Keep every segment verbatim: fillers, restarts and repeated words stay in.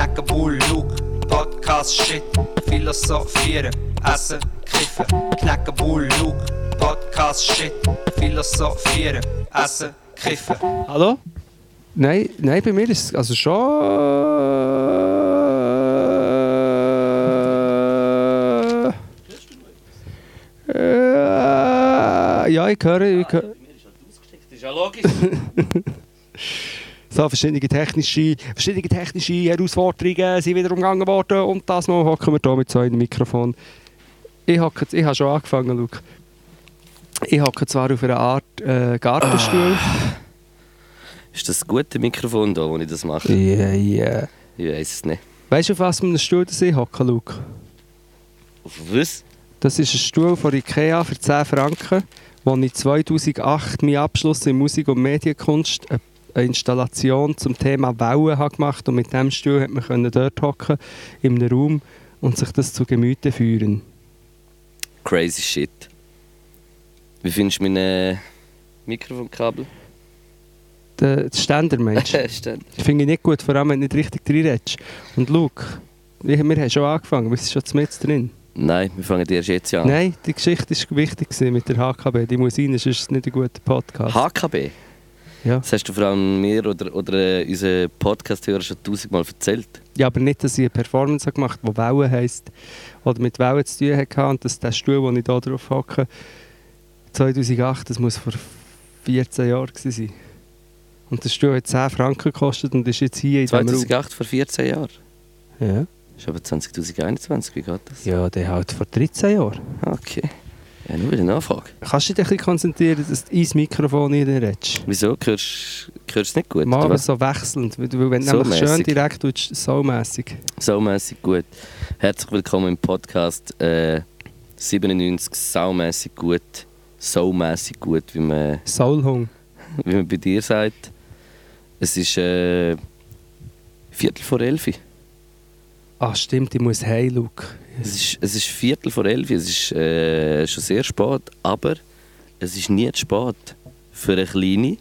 Knacken, Bull, Luke, Podcast, Shit, Philosophieren, Essen, Kiffen. Knacken, Bull, Luke, Podcast, Shit, Philosophieren, Essen, Kiffen. Hallo? Nein, nein, bei mir ist es also schon... Äh, ja, ich höre... Ich höre. Bei mir ist halt ausgesteckt, das ist ja logisch. So, verschiedene technische, verschiedene technische Herausforderungen sind wieder umgangen worden und das Mal hocken wir hier mit so einem Mikrofon. Ich, hocke, ich habe schon angefangen, Luke. Ich hocke zwar auf einer Art äh, Gartenstuhl. Ah. Ist das ein gutes Mikrofon da, wo ich das mache? Ja, yeah, ja. Yeah. Ich weiß es nicht. Weißt du, auf was für einem Stuhl das ich hocke, Luke? Auf was? Das ist ein Stuhl von Ikea für zehn Franken, wo ich zweitausendacht meinen Abschluss in Musik- und Medienkunst eine Installation zum Thema Wellen habe gemacht und mit diesem Stuhl konnte man dort hocken in einem Raum und sich das zu Gemüte führen. Crazy shit. Wie findest du mein Mikrofonkabel? Das Ständer, Mensch. Ständer. Das finde ich nicht gut, vor allem wenn du nicht richtig reinredest. Und Luke, wir haben schon angefangen, wir sind schon mit drin. Nein, wir fangen erst jetzt an. Nein, die Geschichte war wichtig mit der H K B. Die muss rein, sonst ist es nicht ein guter Podcast. H K B? Ja. Das hast du vor allem mir oder, oder äh, unseren Podcast-Hörer schon tausendmal erzählt. Ja, aber nicht, dass ich eine Performance gemacht habe, die Wellen heisst, oder mit Wellen zu tun hatte. Und dass der Stuhl, den ich hier drauf hocke, zweitausendacht, das muss vor vierzehn Jahren sein. Und der Stuhl hat zehn Franken gekostet und ist jetzt hier in diesem Raum. zweitausendacht, vor vierzehn Jahren? Ja. Das ist aber zwanzig einundzwanzig, wie geht das? Ja, der halt vor dreizehn Jahren. Okay. Ja, nur eine Nachfrage. Kannst du dich ein bisschen konzentrieren, dass du ins Mikrofon redest? Wieso? Hörst du es nicht gut? Mal oder was? so wechselnd, weil du wenn du So nämlich schön mässig. direkt tust, so mässig. Saumässig gut. Herzlich willkommen im Podcast äh, siebenundneunzig, saumässig gut. Saumässig gut, wie man, Soulhung. wie man bei dir sagt. Es ist äh, Viertel vor elf. Ah, stimmt, ich muss heim, Luke. Es ist, es ist Viertel vor elf, es ist äh, schon sehr spät, aber es ist nie zu spät für eine kleine.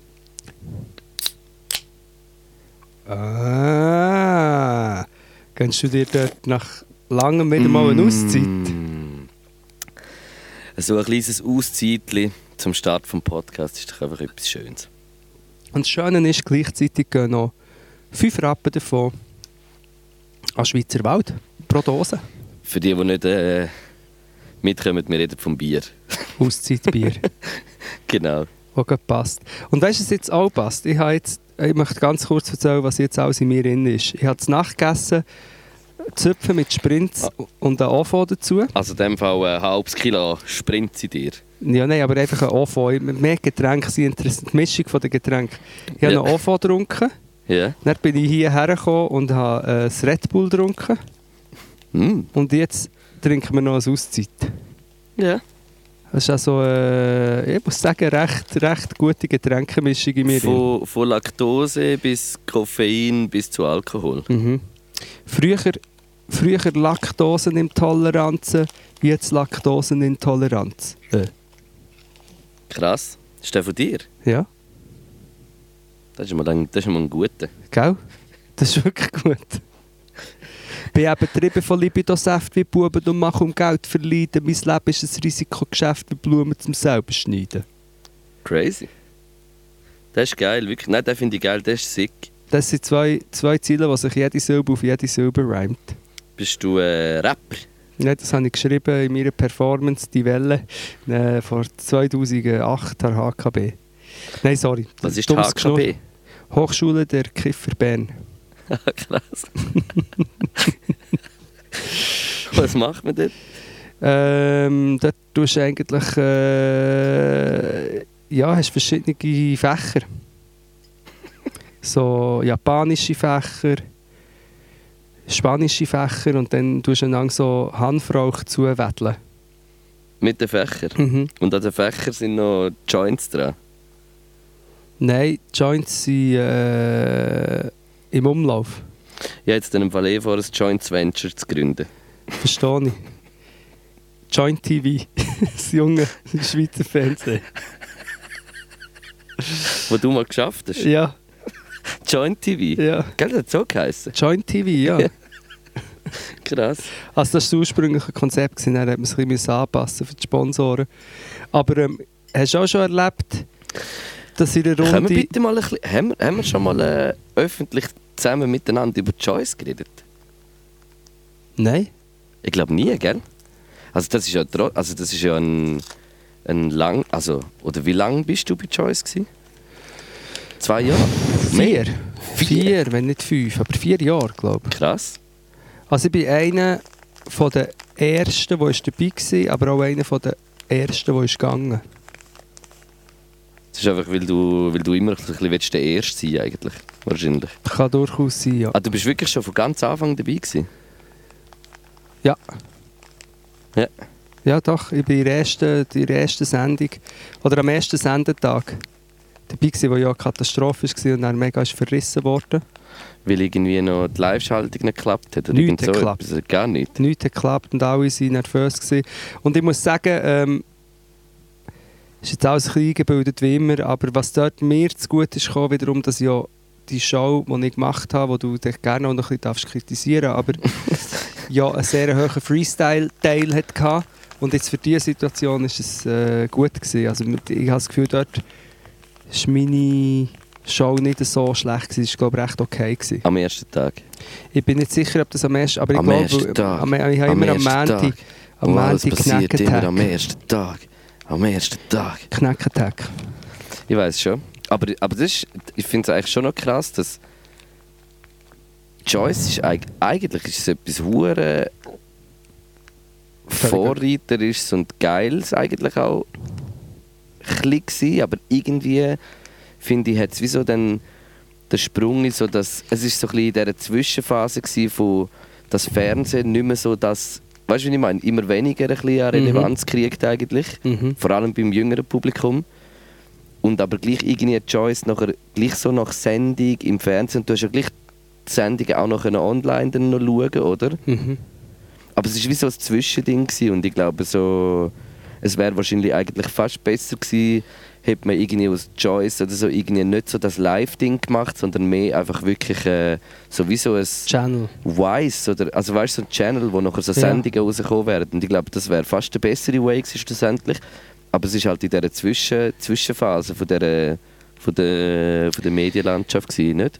Ah, gönnst du dir dort nach langem wieder mal eine Auszeit? Mm. So ein kleines Auszeitchen zum Start des Podcasts ist doch einfach etwas Schönes. Und das Schöne ist, gleichzeitig gehen noch fünf Rappen davon an Schweizer Wald pro Dose. Für die, die nicht äh, mitkommen, wir reden vom Bier. Auszeitbier. Genau. Was gut passt. Und weißt du, was jetzt auch passt? Ich, habe jetzt, ich möchte ganz kurz erzählen, was jetzt alles in mir drin ist. Ich habe zu Nacht gegessen, Zöpfe mit Sprints Ah. und einen Ofo dazu. Also in dem Fall ein halbes Kilo Sprint in dir. Ja, nein, aber einfach ein Ofo. Mehr Getränke sind interessant. Die Mischung der Getränke. Ich habe Ja. einen Ofo getrunken. Ja. Dann bin ich hierher gekommen und habe äh, das Red Bull getrunken. Mm. Und jetzt trinken wir noch eine Auszeit. Ja. Das ist also, äh, ich muss sagen, recht, recht gute Getränkemischung in mir. Von, von Laktose bis Koffein bis zu Alkohol. Mhm. Früher, früher Laktosenintoleranzen, jetzt Laktosenintoleranz. Äh. Krass. Ist der von dir? Ja, Das ist mal ein, das ist mal ein guter. gell? Das ist wirklich gut. Ich bin eben getrieben von Libido-Säften wie Buben und mache um Geld verleiden. Mein Leben ist ein Risikogeschäft wie Blumen zum selber schneiden. Crazy. Das ist geil, wirklich. Nein, den finde ich geil, das ist sick. Das sind zwei, zwei Ziele, wo sich jede Silbe auf jede Silbe reimt. Bist du äh, Rapper? Ja, das habe ich geschrieben in meiner Performance «Die Welle» äh, vor zweitausendacht an H K B. Nein, sorry. Was ist Dummes H K B? Geschnurr. Hochschule der Kiffer Bern. Krass. Was macht man dort? Ähm, dort tust du eigentlich äh, ja, hast verschiedene Fächer. So japanische Fächer, spanische Fächer und dann tust du einander so Hanfrauch zuwetteln. Mit den Fächern. Mhm. Und an den Fächern sind noch Joints dran. Nein, die Joints sind äh, im Umlauf. Ich habe jetzt in dem Fall eh vor, ein Joints Venture zu gründen. Verstehe ich. Joint T V. Das junge Schweizer Fernsehen. Wo du mal geschafft hast. Ja. Joint T V? Ja. Gell, das hat so geheißen. Joint T V, ja. Krass. Also das war das ursprüngliche Konzept, gewesen, dann hat man es ein bisschen anpassen für die Sponsoren. Aber ähm, hast du auch schon erlebt, dass in der Runde... Können wir bitte mal ein bisschen... Haben wir, haben wir schon mal äh, öffentlich zusammen miteinander über Choice geredet? Nein. Ich glaube nie, gell? Also das ist ja, tro- also das ist ja ein, ein lang... Also, oder wie lange bist du bei Choice gewesen? Zwei Jahre? Vier. Mehr? Vier, wenn nicht fünf. Aber vier Jahre, glaube ich. Krass. Also ich bin einer von den Ersten, der dabei war, aber auch einer von den Ersten, der ist gegangen. Das ist einfach, weil du, weil du immer ein bisschen willst, der Erste sein eigentlich. Wahrscheinlich. Kann durchaus sein, ja. Ah, du bist wirklich schon von ganz Anfang dabei gewesen? Ja. Ja. Ja doch, ich bin in der ersten, in der ersten Sendung, oder am ersten Sendetag dabei gewesen, wo ja eine Katastrophe war und dann mega ist verrissen worden. Weil irgendwie noch die Live-Schaltung nicht geklappt hat? Oder Nichts irgend so hat geklappt. etwas? Gar nicht? Nichts hat geklappt und alle waren nervös gewesen. Und ich muss sagen, ähm, ist jetzt alles ein bisschen eingebildet wie immer, aber was dort mir zu gut ist gekommen, wiederum, dass ja die Show, die ich gemacht habe, wo du dich gerne auch noch ein bisschen kritisieren darfst, aber ja einen sehr hohen Freestyle-Teil hatte. Und jetzt für diese Situation war es äh, gut gewesen. Also ich habe das Gefühl, dort ist meine Show nicht so schlecht gewesen. Es war, glaube ich, recht okay gewesen. Am ersten Tag? Ich bin nicht sicher, ob das am ersten... Aber ich Am glaube, ersten Tag. Am, ich habe Am immer am ersten Montag... Tag. Am Wo alles Montag passiert immer am Knackentag. ersten Tag. Am ersten Tag. Knackentag. Ich weiß schon. Aber, aber das ist, ich finde es eigentlich schon noch krass, dass Choice ist eig- eigentlich ist es etwas hure Vorreiterisches und Geiles eigentlich auch ein bisschen, aber irgendwie finde ich, hat es wie so den, den Sprung in so, dass es ist so ein bisschen in dieser Zwischenphase gewesen, von das Fernsehen nicht mehr so das, weißt du, wie ich meine, immer weniger ein bisschen an Relevanz kriegt eigentlich, Mhm. vor allem beim jüngeren Publikum. Und aber gleich irgendwie eine Choice nachher, gleich so nach Sendung im Fernsehen, du hast ja gleich die Sendungen auch noch online dann noch schauen, oder? Mhm. Aber es war wie so ein Zwischending gewesen und ich glaube so, es wäre wahrscheinlich eigentlich fast besser gewesen, hätte man irgendwie aus Choice oder so irgendwie nicht so das Live-Ding gemacht, sondern mehr einfach wirklich äh, sowieso ein Channel. Wise oder also weißt du, so ein Channel, wo nachher so Ja. Sendungen rausgekommen wären. Und ich glaube, das wäre fast der bessere Way gewesen, schlussendlich. Aber es ist halt in dieser Zwischen- Zwischenphase von der, von der, von der Medienlandschaft gewesen, nicht?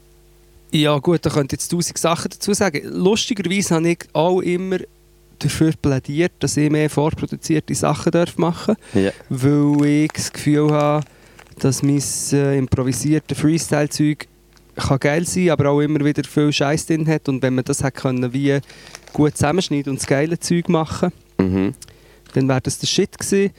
Ja gut, da könnte ich jetzt tausend Sachen dazu sagen. Lustigerweise habe ich auch immer dafür plädiert, dass ich mehr vorproduzierte Sachen machen darf, Ja. weil ich das Gefühl habe, dass mein äh, improvisiertes Freestyle-Zeug kann geil sein, aber auch immer wieder viel Scheiß drin hat. Und wenn man das hätte können, wie gut zusammenschneiden und das geile Zeug machen, Mhm. dann wäre das der Shit gewesen.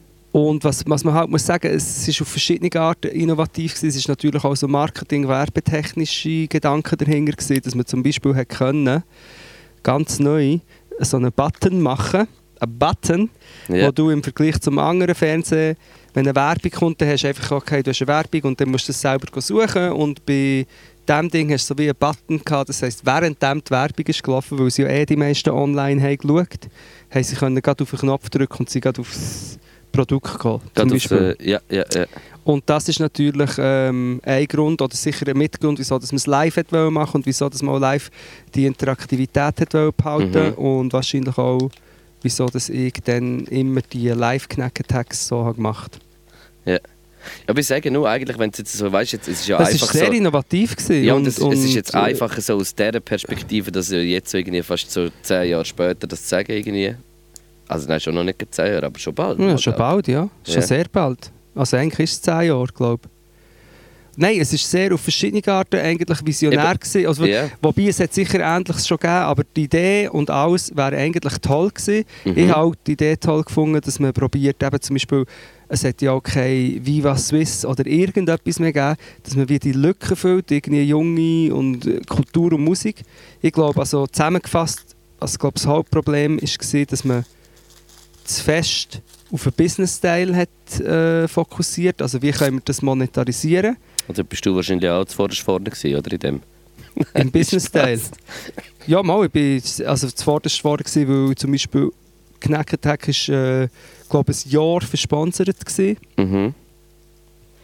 Und was, was man halt muss sagen, es ist auf verschiedene Arten innovativ gewesen. Es ist natürlich auch so Marketing-, werbetechnische Gedanken dahinter gewesen, dass man zum Beispiel hätte können, ganz neu so einen Button machen, einen Button, Ja. wo du im Vergleich zum anderen Fernsehen, wenn eine Werbung kommt, dann hast du einfach, okay, du hast eine Werbung und dann musst du das selber suchen und bei diesem Ding hast du so wie einen Button gehabt, das heisst, währenddem die Werbung ist gelaufen, weil sie ja eh die meisten online haben geschaut, haben sie können gerade auf den Knopf drücken und sie gerade aufs Produkt gekommen. Zum Gerade aufs, Beispiel. äh, ja, ja, ja. Und das ist natürlich ähm, ein Grund oder sicher ein Mitgrund, wieso dass man es live hat wollen machen und wieso dass man auch live die Interaktivität hat wollen behalten Mhm. und wahrscheinlich auch wieso dass ich dann immer die Live-Knacken-Tags so habe gemacht. Aber ich sage nur, eigentlich, wenn es jetzt so, weißt, jetzt, es ist ja Das einfach war sehr so... innovativ gewesen. Ja, und, und, es, und es ist jetzt äh, einfacher so aus dieser Perspektive, dass ich jetzt so irgendwie fast so zehn Jahre später das sagen irgendwie. Also nein, schon noch nicht zehn Jahre, aber schon bald. Ja, mal, schon glaub bald, ja. Schon Ja. sehr bald. Also eigentlich ist es zehn Jahre, glaube ich. Nein, es ist sehr auf verschiedene Arten eigentlich visionär gewesen. Also, Ja. Wobei es hat sicher Ähnliches schon gegeben, aber die Idee und alles wäre eigentlich toll gewesen. Mhm. Ich habe auch die Idee toll gefunden, dass man probiert, eben zum Beispiel, es hat ja auch kein Viva Swiss oder irgendetwas mehr gegeben, dass man wie die Lücken füllt, irgendwie junge und äh, Kultur und Musik. Ich glaube, also zusammengefasst, also, ich glaube, das Hauptproblem war, dass man zu fest auf einen Business-Style hat äh, fokussiert. Also wie können wir das monetarisieren? Also bist du wahrscheinlich auch zuvorderst vorne gewesen, oder in dem? Im Business-Style. Ja, mal, ich bin also zuvorderst vorne gewesen, weil zum Beispiel Knackentag ist, äh, glaube ich, ein Jahr versponsert gewesen. Mhm.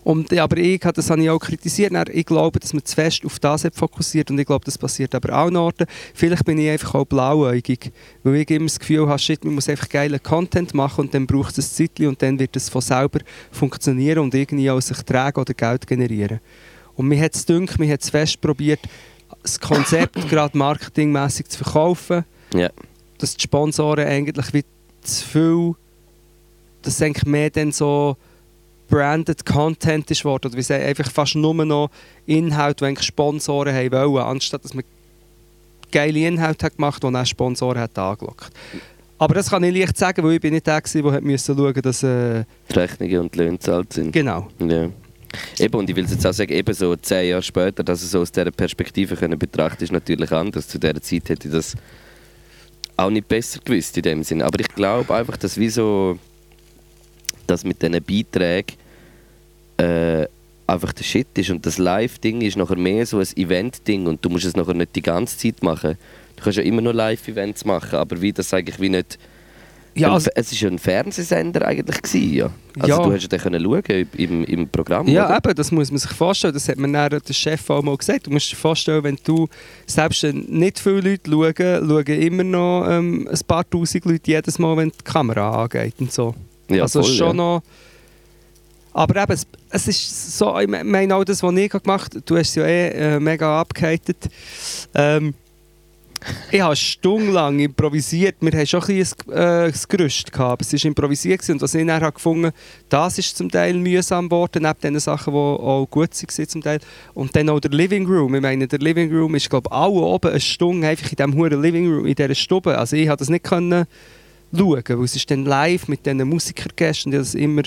Und, ja, aber ich, das habe ich auch kritisiert. Ich glaube, dass man zu fest auf das hat fokussiert und ich glaube, das passiert aber auch in Orten. Vielleicht bin ich einfach auch blauäugig, weil ich immer das Gefühl habe, shit, man muss einfach geilen Content machen und dann braucht es ein Zeitchen und dann wird es von selber funktionieren und irgendwie auch sich tragen oder Geld generieren. Und mir hat es gedacht, mir hat es fest probiert, das Konzept gerade marketingmässig zu verkaufen. Ja. Dass die Sponsoren eigentlich wie zu viel, dass eigentlich mehr dann so branded Content ist worden, oder wie sagen, einfach fast nur noch Inhalte, die eigentlich Sponsoren haben wollen, anstatt dass man geile Inhalte hat gemacht, die auch Sponsoren hat angelockt. Aber das kann ich leicht sagen, weil ich bin nicht der gewesen, der musste schauen, dass äh, die Rechnungen und die Löhne gezahlt sind. Genau. Ja. Eben, und ich will jetzt auch sagen, eben so zehn Jahre später, dass es so aus dieser Perspektive können betrachten, ist natürlich anders. Zu dieser Zeit hätte ich das auch nicht besser gewusst in dem Sinne. Aber ich glaube einfach, dass wie so das mit diesen Beiträgen äh, einfach der Shit ist. Und das Live-Ding ist nachher mehr so ein Event-Ding und du musst es nachher nicht die ganze Zeit machen. Du kannst ja immer nur Live-Events machen, aber wie das eigentlich wie nicht... Ja, also, es war ja ein Fernsehsender eigentlich gewesen, ja. Also ja. Du hast ja den können schauen im, im Programm. Ja, oder? eben, das muss man sich vorstellen. Das hat mir dann der Chef auch mal gesagt. Du musst dir vorstellen, wenn du, selbst wenn nicht viele Leute schauen, schauen immer noch ähm, ein paar tausend Leute jedes Mal, wenn die Kamera angeht und so. Ja, also voll, schon ja. noch... Aber eben, es, es ist so, ich meine auch das, was ich gemacht habe, du hast es ja eh äh, mega abgehatet. Ähm, ich habe stundenlang improvisiert. Wir hatten schon ein, bisschen ein, äh, ein Gerüst gehabt, aber es war improvisiert. Und was ich dann gefunden habe, das ist zum Teil mühsam geworden, neben den Sachen, die auch gut waren zum Teil. Und dann auch der Living Room. Ich meine, der Living Room ist, glaube ich, auch oben eine Stunde einfach in diesem huren Living Room, in dieser Stube. Also ich konnte das nicht können schauen, weil es ist dann live mit diesen Musikergästen, die das immer...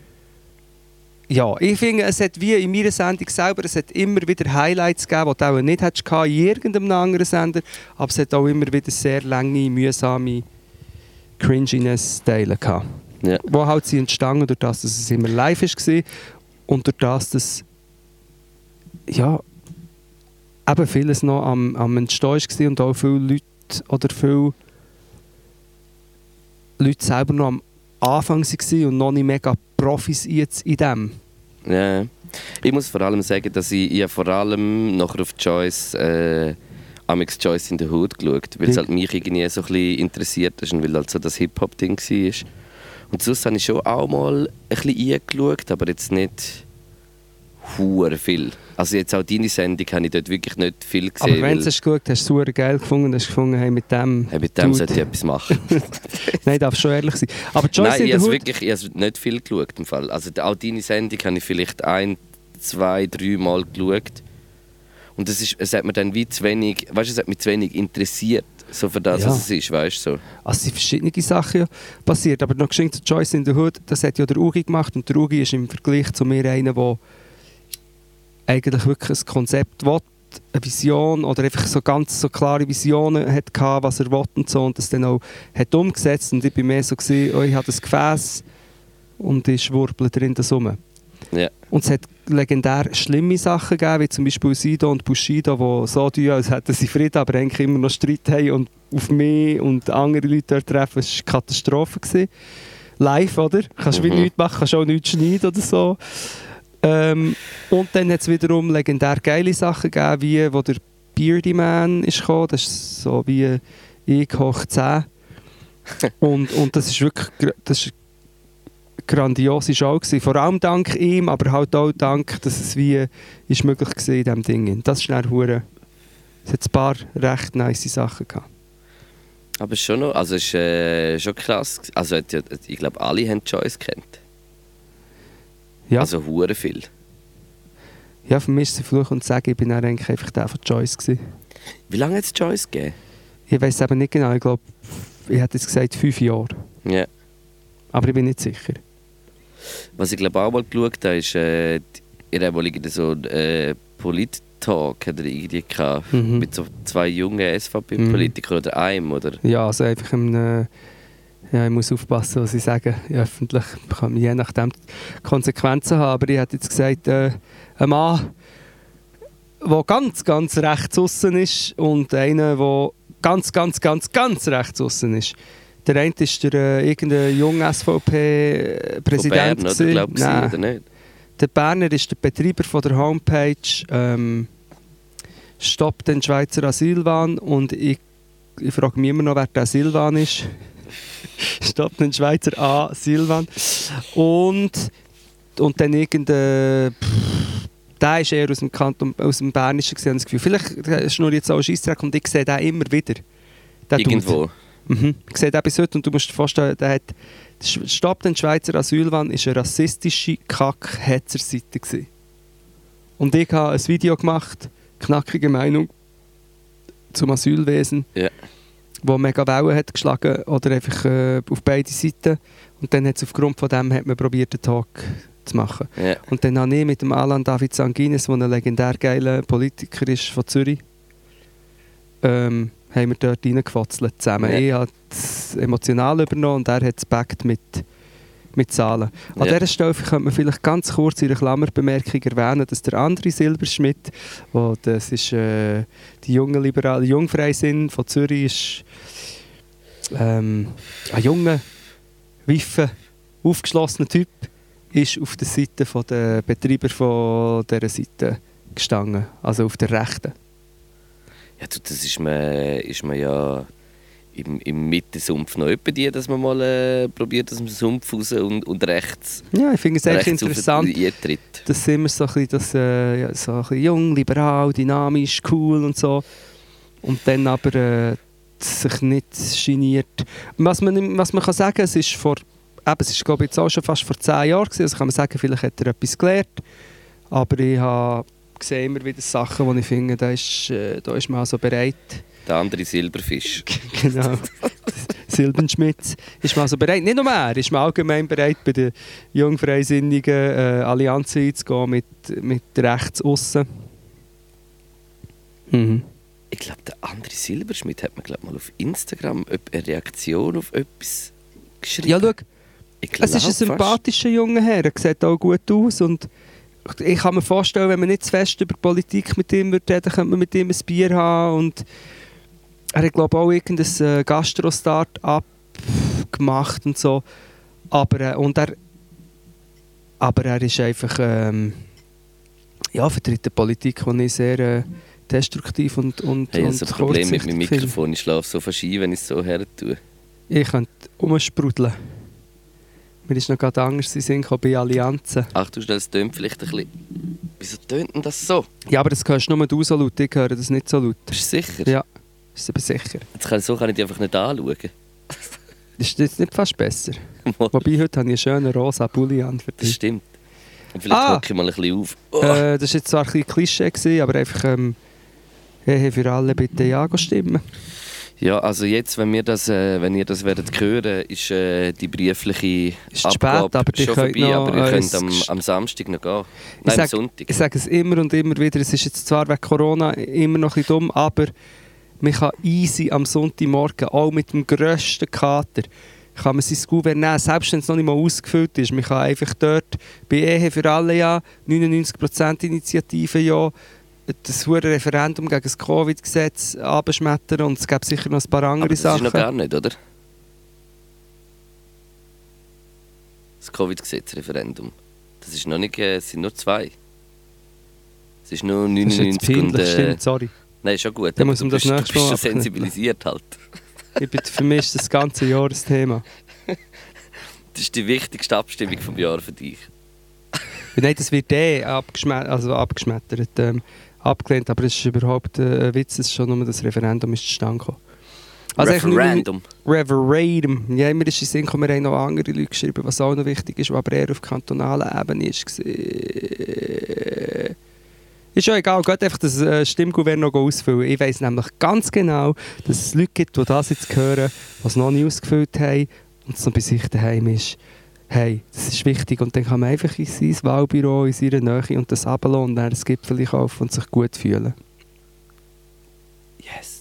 Ja, ich finde, es hat wie in meiner Sendung selber, es hat immer wieder Highlights gegeben, die du auch nicht hattest in irgendeinem anderen Sender, aber es hat auch immer wieder sehr lange, mühsame Cringiness-Teile gehabt. Ja. Wo halt sie entstanden durch das, dass es immer live war und durch das, dass ja, eben vieles noch am, am Entstehen war und auch viele Leute oder viele Leute selber noch am Anfang waren und noch nicht mega Profis jetzt in dem. Ja. Ich muss vor allem sagen, dass ich, ich vor allem nachher auf Joyce, äh, Amix Joyce in the Hood geschaut, weil es halt mich irgendwie so ein bisschen interessiert ist und weil halt so das Hip-Hop-Ding war. Und sonst habe ich schon auch mal ein bisschen eingeschaut, aber jetzt nicht hure viel. Also jetzt auch deine Sendung habe ich dort wirklich nicht viel gesehen. Aber wenn du es geschaut hast, hast du es geil gefunden, hast du gefunden, hey, mit dem... Hey, mit dem sollte ich etwas machen. Nein, darf schon ehrlich sein. Aber Joyce Nein, in ich the habe Hood... wirklich ich habe nicht viel geschaut im Fall. Also auch deine Sendung habe ich vielleicht ein, zwei, drei Mal geschaut. Und es, ist, es hat mir dann wie zu wenig... Weißt du, es hat mich zu wenig interessiert, so für das, ja. was es ist, weißt du? So. Also es sind verschiedene Sachen ja passiert, aber noch geschenkt zu Joyce in the Hood, das hat ja der Ugi gemacht und der Ugi ist im Vergleich zu mir einer, der eigentlich wirklich ein Konzept will, eine Vision oder einfach so ganz so klare Visionen hat gehabt, was er will und so und das dann auch hat umgesetzt und ich war mehr so gewesen, oh, ich habe das Gefäß und ich schwurbel drin das rum. Ja. Und es hat legendär schlimme Sachen gegeben, wie zum Beispiel Sido und Bushido, die so tun, als hätten sie Frieden, aber eigentlich immer noch Streit haben und auf mich und andere Leute dort treffen. Es war eine Katastrophe gewesen. Live, oder? Kannst du Mhm. wie nichts machen, kannst auch nichts schneiden oder so. Ähm, und dann hat es wiederum legendär geile Sachen gegeben, wie wo der Beardy Man ist gekommen. Das ist so wie ich hoch zehn. und, und das ist wirklich das ist eine grandiose Show gewesen. Vor allem dank ihm, aber halt auch dank, dass es wie ist möglich war in diesem Ding. Das ist schnell hure. Es hat ein paar recht nice Sachen gehabt. Aber schon noch, also es ist äh, schon krass. Also ich glaube, alle haben Joyce kennt. Ja. Also hure viel. Ja, für mich ist es Fluch und Sagen, ich bin dann eigentlich einfach der von Joyce gewesen. Wie lange hat es Joyce gegeben? Ich weiß eben nicht genau, ich glaube, ich hätte jetzt gesagt fünf Jahre. Ja. Aber ich bin nicht sicher. Was ich glaube auch mal geschaut habe, ist, äh, ihr habt mal irgendwie so äh, Polit-Talk hat er irgendwie gehabt, Mhm. mit so zwei jungen S V P-Politikern oder einem, oder? Ja, also einfach im, äh, ja, ich muss aufpassen, was ich sage. Ja, öffentlich kann man je nachdem Konsequenzen haben. Aber ich hätte jetzt gesagt, äh, ein Mann, der ganz, ganz rechts aussen ist und einer, der ganz, ganz, ganz, ganz rechts aussen ist. Der eine ist der äh, irgendein junger S V P-Präsident. Von Bern, oder, glaub ich, Nein, oder nicht? der Berner ist der Betreiber von der Homepage ähm, «Stopp den Schweizer Asylwahn» und ich, ich frage mich immer noch, wer der Silvan ist. «Stopp den Schweizer Asylwahn». Und, und dann irgendein... Der ist eher aus dem Kanton, aus dem Bernischen gesehen, das Gefühl. Vielleicht ist nur jetzt auch ein Scheissdreck und ich sehe den immer wieder. Der Irgendwo. Mhm. Ich sehe den bis heute und du musst dir vorstellen, der hat «Stopp den Schweizer Asylwahn» war eine rassistische Kack-Hetzer-Seite gewesen. Und ich habe ein Video gemacht, knackige Meinung zum Asylwesen, yeah. wo mega Wellen hat geschlagen oder einfach äh, auf beide Seiten. Und dann hat es aufgrund von dem hat man probiert, einen Talk zu machen. Yeah. Und dann habe ich mit dem Alan David Sanguines, der ein legendär geiler Politiker ist von Zürich, ähm, haben wir dort reingefotzelt zusammen. Yeah. Ich habe das emotional übernommen und er hat es backt mit, mit Zahlen. An Yeah. dieser Stelle könnte man vielleicht ganz kurz in einer Klammerbemerkung erwähnen, dass der André Silberschmidt, wo das ist äh, die junge liberale Jungfreisinn von Zürich, ist ähm, ein junger, wiffer, aufgeschlossener Typ, ist auf der Seite der Betreiber von dieser Seite gestanden, also auf der rechten. Ja, du, das ist mir, ist mir ja im, im Mittensumpf noch etwa die, dass man mal äh, probiert, aus dem Sumpf raus und, und rechts, Ja, ich finde es echt rechts interessant, eintritt. dass immer so ein bisschen, das, äh, ja, so ein bisschen jung, liberal, dynamisch, cool und so. Und dann aber äh, sich nicht geniert. Was man, was man kann sagen, es ist vor, eben, es ist glaube ich jetzt auch schon fast vor zehn Jahren gewesen, also kann man sagen, vielleicht hat er etwas gelernt. Aber ich habe sehe immer wieder Sachen, wo ich finde, da ist, äh, da ist man also bereit. Der andere Silberfisch. Genau. Silbenschmitz ist man also bereit. Nicht nur er, ist man allgemein bereit, bei den jungfreisinnigen äh, Allianzen einzugehen mit, mit rechts aussen. Mhm. Ich glaube, der andere Silberschmidt hat mir glaub, mal auf Instagram eine Reaktion auf etwas geschrieben. Ja, schau, Ich es ist ein sympathischer junger Herr, er sieht auch gut aus und ich kann mir vorstellen, wenn man nicht zu fest über Politik mit ihm reden würde, könnte man mit ihm ein Bier haben und er hat glaube ich auch irgendein äh, Gastro-Start-up gemacht und so, aber, äh, und er, aber er ist einfach, ähm, ja, vertritt eine Politik, die ich sehr äh, destruktiv und, und, hey, und also das Problem mit kurzsichtig meinem finde. Mikrofon, ich schlafe so verschieben, wenn ich es so her tue. Ich könnte umsprudeln. Mir ist noch gerade anders in Sinn gekommen bei Allianzen. Ach du, schnell, es tönt vielleicht ein bisschen... Wieso tönt denn das so? Ja, aber das hörst nur du so laut, ich höre das nicht so laut. Bist du sicher? Ja, ist aber sicher. Jetzt kann, so kann ich dich einfach nicht anschauen. Ist das nicht fast besser? Wobei, heute habe ich einen schönen rosa Pulli an für Das dich. stimmt. Und vielleicht Ah! hocke ich mal ein bisschen auf. Oh. Äh, das war jetzt zwar ein bisschen Klischee, gewesen, aber einfach ähm, hey, für alle bitte ja stimmen. Ja, also jetzt, wenn, wir das, äh, wenn ihr das werdet hören, ist äh, die briefliche Ist zu Abgabe spät, aber ihr schon könnt vorbei, noch, aber ihr äh, könnt am, es- am Samstag noch gehen. Ich Nein, am sag- Sonntag. Ich sage es immer und immer wieder, es ist jetzt zwar wegen Corona immer noch ein bisschen dumm, aber man kann easy am Sonntagmorgen, auch mit dem grössten Kater, kann man sein Gouverneur nehmen, selbst wenn es noch nicht mal ausgefüllt ist. Man kann einfach dort bei Ehe für alle ja, neunundneunzig Prozent Initiative ja, das hure Referendum gegen das Covid-Gesetz abschmettern und es gibt sicher noch ein paar andere Aber das Sachen. ist noch gar nicht, oder? Das Covid-Gesetz-Referendum. Das ist noch nicht, äh, es sind nur zwei. Es ist nur Das ist jetzt neunundneunzig und... peinlich, Äh, stimmt, sorry. nein, ist schon gut. Dann aber muss du man das bist, du nächste bist Mal schon abknüpfen. sensibilisiert halt. Ich bin, für mich ist das ganze Jahr ein Thema. Das ist die wichtigste Abstimmung vom Jahr für dich. Nein, das wird eh abgeschmettert, also abgeschmettert, ähm, abgelehnt, aber es ist überhaupt äh, ein Witz, es ist schon nur das Referendum ist zustande gekommen. Also eigentlich nur- Referendum. Referendum. Ja, mir ist in den Sinn gekommen, wir haben noch andere Leute geschrieben, was auch noch wichtig ist, was aber eher auf kantonaler Ebene ist. War. Ist ja egal, geht einfach das äh, Stimmgouverneur noch ausfüllen. Ich weiss nämlich ganz genau, dass es Leute gibt, die das jetzt hören, die es noch nie ausgefüllt haben und es noch bei sich daheim ist. Hey, das ist wichtig. Und dann kann man einfach in sein Wahlbüro, in seiner Nähe und das runterlassen und dann ein Gipfel kaufen und sich gut fühlen. Yes.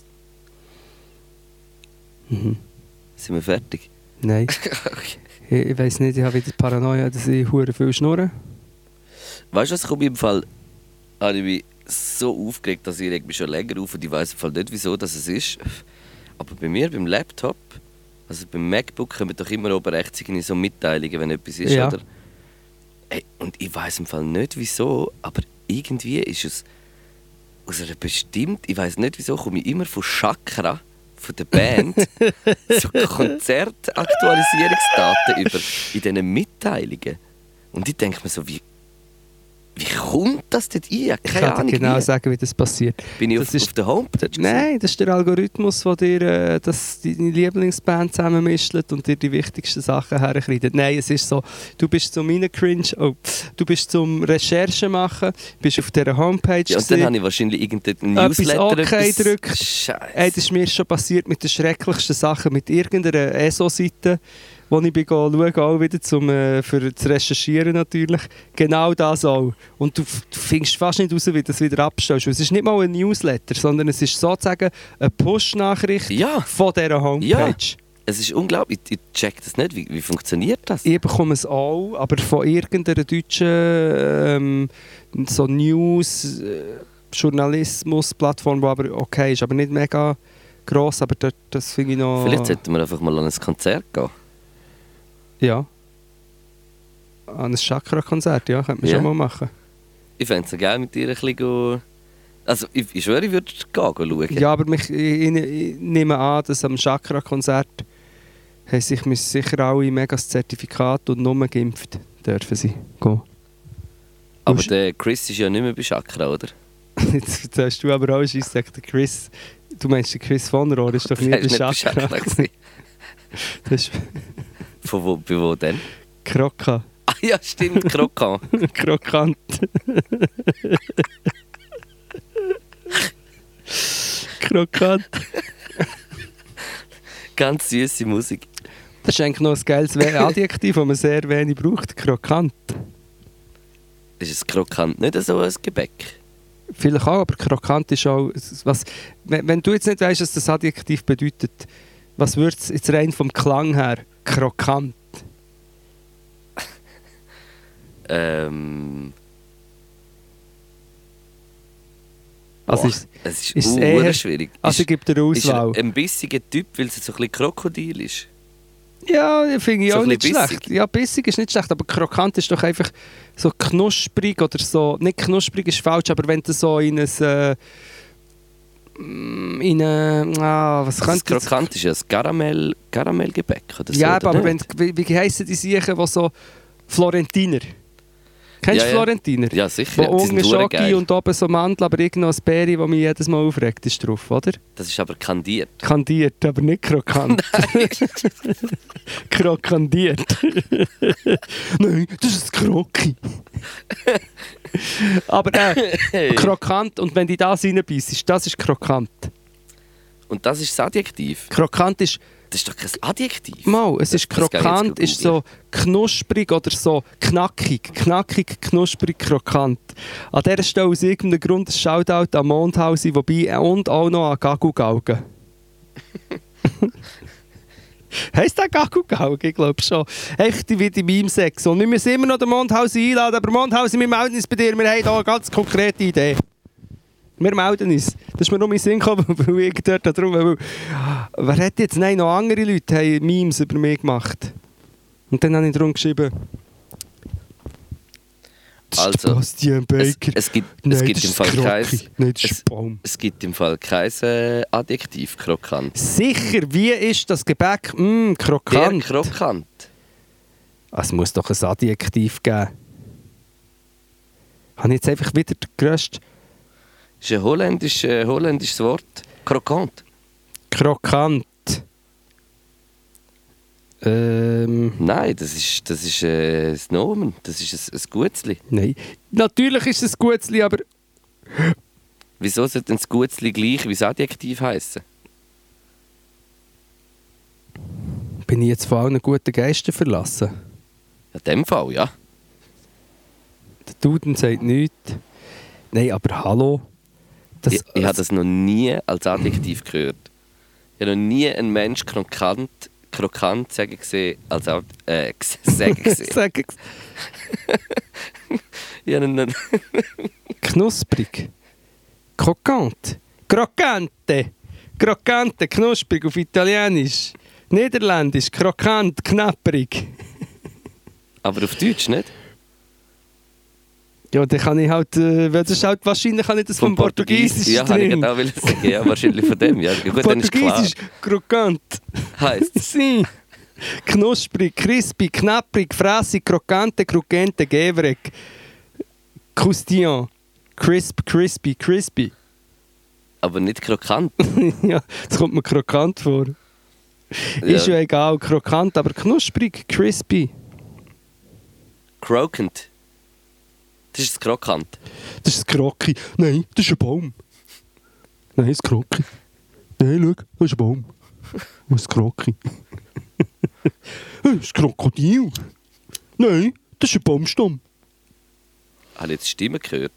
Mhm. Sind wir fertig? Nein. Okay. Ich, ich weiss nicht, ich habe wieder Paranoia, dass ich hure viel schnurre. Weißt du was, ich komme im Fall... Also ich bin so aufgeregt, dass ich reg mich schon länger auf und ich weiss im Fall nicht, wieso das es ist. Aber bei mir, beim Laptop, also beim MacBook, kommen doch immer oben rechts irgendwie so Mitteilungen, wenn etwas ist, Ja. oder? Ey, und ich weiss im Fall nicht wieso, aber irgendwie ist es aus einer bestimmten, ich weiss nicht wieso, komme ich immer von Chakra, von der Band, so Konzertaktualisierungsdaten über in diesen Mitteilungen. Und ich denke mir so, wie, wie kommt das dort ein? Ich habe Ich keine kann dir Ahnung, genau wie. sagen, wie das passiert. Bin ich das auf, ist, auf der Homepage? Nein, das ist der Algorithmus, der dir äh, das, deine Lieblingsband zusammenmischt und dir die wichtigsten Sachen herkreidet. Nein, es ist so, du bist zum Rein-Cringe, oh, du bist zum Recherchen machen, bist auf dieser Homepage Ja, und dann habe ich wahrscheinlich irgendeinen Etwas Newsletter. okay gedrückt. Scheiße. Ey, das ist mir schon passiert mit den schrecklichsten Sachen, mit irgendeiner E S O-Seite, wo ich bin schaue, auch wieder zum, äh, für zu recherchieren natürlich. Genau das auch. Und du, du findest fast nicht raus, wie du das wieder abstellst. Es ist nicht mal ein Newsletter, sondern es ist sozusagen eine Push-Nachricht Ja. von dieser Homepage. Ja. Es ist unglaublich, ich, ich check das nicht. Wie, wie funktioniert das? Ich bekomme es auch, aber von irgendeiner deutschen ähm, so News, äh, Journalismus-Plattform, die aber okay ist, aber nicht mega gross, aber dort, das finde ich noch... Vielleicht sollten wir einfach mal an ein Konzert gehen. Ja. An ein Chakra-Konzert, ja, könnte man Ja. schon mal machen. Ich fände es geil, mit dir ein bisschen go- Also, ich, ich schwöre, ich würde gehen, gehen schauen. Ja, aber mich, ich, ich, ich nehme an, dass am Chakra-Konzert haben sich müssen sicher alle mega das Zertifikat und nur geimpft dürfen sie gehen. Aber Musst- der Chris ist ja nicht mehr bei Chakra, oder? Jetzt jetzt hast du aber auch schon gesagt, der Chris, du meinst der Chris von Rohr ist doch nie Der bei ist nicht bei Chakra. Chakra gewesen. Das ist Von wo, bei wo denn? Krokka. Ah ja, stimmt, Krokant. Krokant. Krokant. Ganz süße Musik. Das ist eigentlich noch ein geiles We- Adjektiv, das man sehr wenig braucht. Krokant. Ist es Krokant nicht so ein Gebäck? Vielleicht auch, aber krokant ist auch... Was, wenn, wenn du jetzt nicht weißt, was das Adjektiv bedeutet, was würde es jetzt rein vom Klang her? Krokant. Ähm... Also boah, ist, es ist, ist es uh, eher- schwierig. also ist, gibt er ist er Auswahl. ein bissiger Typ, weil es so ein bisschen Krokodil ist? Ja, finde ich So auch ein nicht bisschen schlecht. bissig. Ja, bissig ist nicht schlecht, aber krokant ist doch einfach so knusprig oder so. Nicht knusprig ist falsch, aber wenn du so in ein... Äh, mm, in ein... Ah, was Also das könnte das... Krokant ist ja ein Karamell, Karamellgebäck oder so, Ja, oder aber wenn, nicht? wie, wie heissen die Siechen, die so... Florentiner. Kennst du Ja, ja. Florentiner? Ja, sicher. Wo die sind unten verdammt Schoki geil. und oben so Mandel, aber irgend noch ein Beere, das mich jedes Mal aufregt, ist drauf, oder? Das ist aber kandiert. Kandiert, aber nicht krokant. Krokandiert. Nein, das ist ein Kroki. aber äh, krokant, und wenn du das reinbeißt, das ist krokant. Und das ist das Adjektiv. Krokant ist, Das ist doch kein Adjektiv. mal, es ist Das- das kann ich jetzt krokant, googeln. ist so knusprig oder so knackig. Knackig, knusprig, krokant. An dieser Stelle aus irgendeinem Grund ein Shoutout an Mondhausi, wobei und auch noch an Gagu-Galgen. Heisst der Gagu-Galgen? Ich glaube schon. Echt wie die Meme-Sex. Und wir müssen immer noch den Mondhausi einladen, aber Mondhausi, wir melden uns bei dir. Wir haben hier eine ganz konkrete Idee. Wir melden uns. Das ist mir nur in den Sinn gekommen, weil ich dort darum... Weil, wer hat jetzt... Nein, noch andere Leute haben Memes über mich gemacht. Und dann habe ich darum geschrieben... Das ist Also, Bastian Es, Baker. es gibt, Nein, es gibt das im ist Fall Krocki. kein, Nein, das es- ist Baum. es gibt im Fall kein äh, Adjektiv krokant. Sicher, wie ist das Gebäck? Mmm, Der krokant. krokant. Es muss doch ein Adjektiv geben. Habe ich jetzt einfach wieder den grössten... Ist ein holländisch, äh, holländisches Wort. Krokant. Krokant. Ähm... Nein, das ist, das ist äh, das Nomen. Das ist ein, ein Gutzli. Nein. Natürlich ist es ein Gutzli, aber... Wieso sollte ein Gutzli gleich wie das Adjektiv heißen? Bin ich jetzt von allen guten Geistern verlassen? In dem Fall, ja. Der Duden sagt nichts. Nein, aber hallo. Das, ich ich habe das noch nie als Adjektiv gehört. Ich habe noch nie einen Mensch krokant, krokant sagen gesehen, als Ad- äh, sagen gesehen. Sag ich's. Ich habe noch- Knusprig. Krokant. Krokante. Krokante, knusprig auf Italienisch. Niederländisch, krokant, knapprig. Aber auf Deutsch nicht? Ja, dann kann ich halt, äh, weil das ist halt wahrscheinlich kann ich das vom, vom Portugiesisch Ja, habe ich genau sagen. Ja, wahrscheinlich von dem. Ja, gut, dann ist klar. Portugiesisch, krokant. Heisst es? Si. Knusprig, crispy, knapprig, frassig, krokante, krokente, gevrek. Croustillant. Crisp, crispy, crispy. Aber nicht krokant. Ja, jetzt kommt mir krokant vor. Ja. Ist ja egal, krokant, aber knusprig, crispy. Krokant. Das ist das Krokant. Das ist das Kroki. Nein, das ist ein Baum. Nein, das Kroki. Nein, schau, das ist ein Baum. Was ist Kroki? Das ist ein Krokodil. Nein, das ist ein Baumstamm. Habe ich jetzt Stimmen gehört?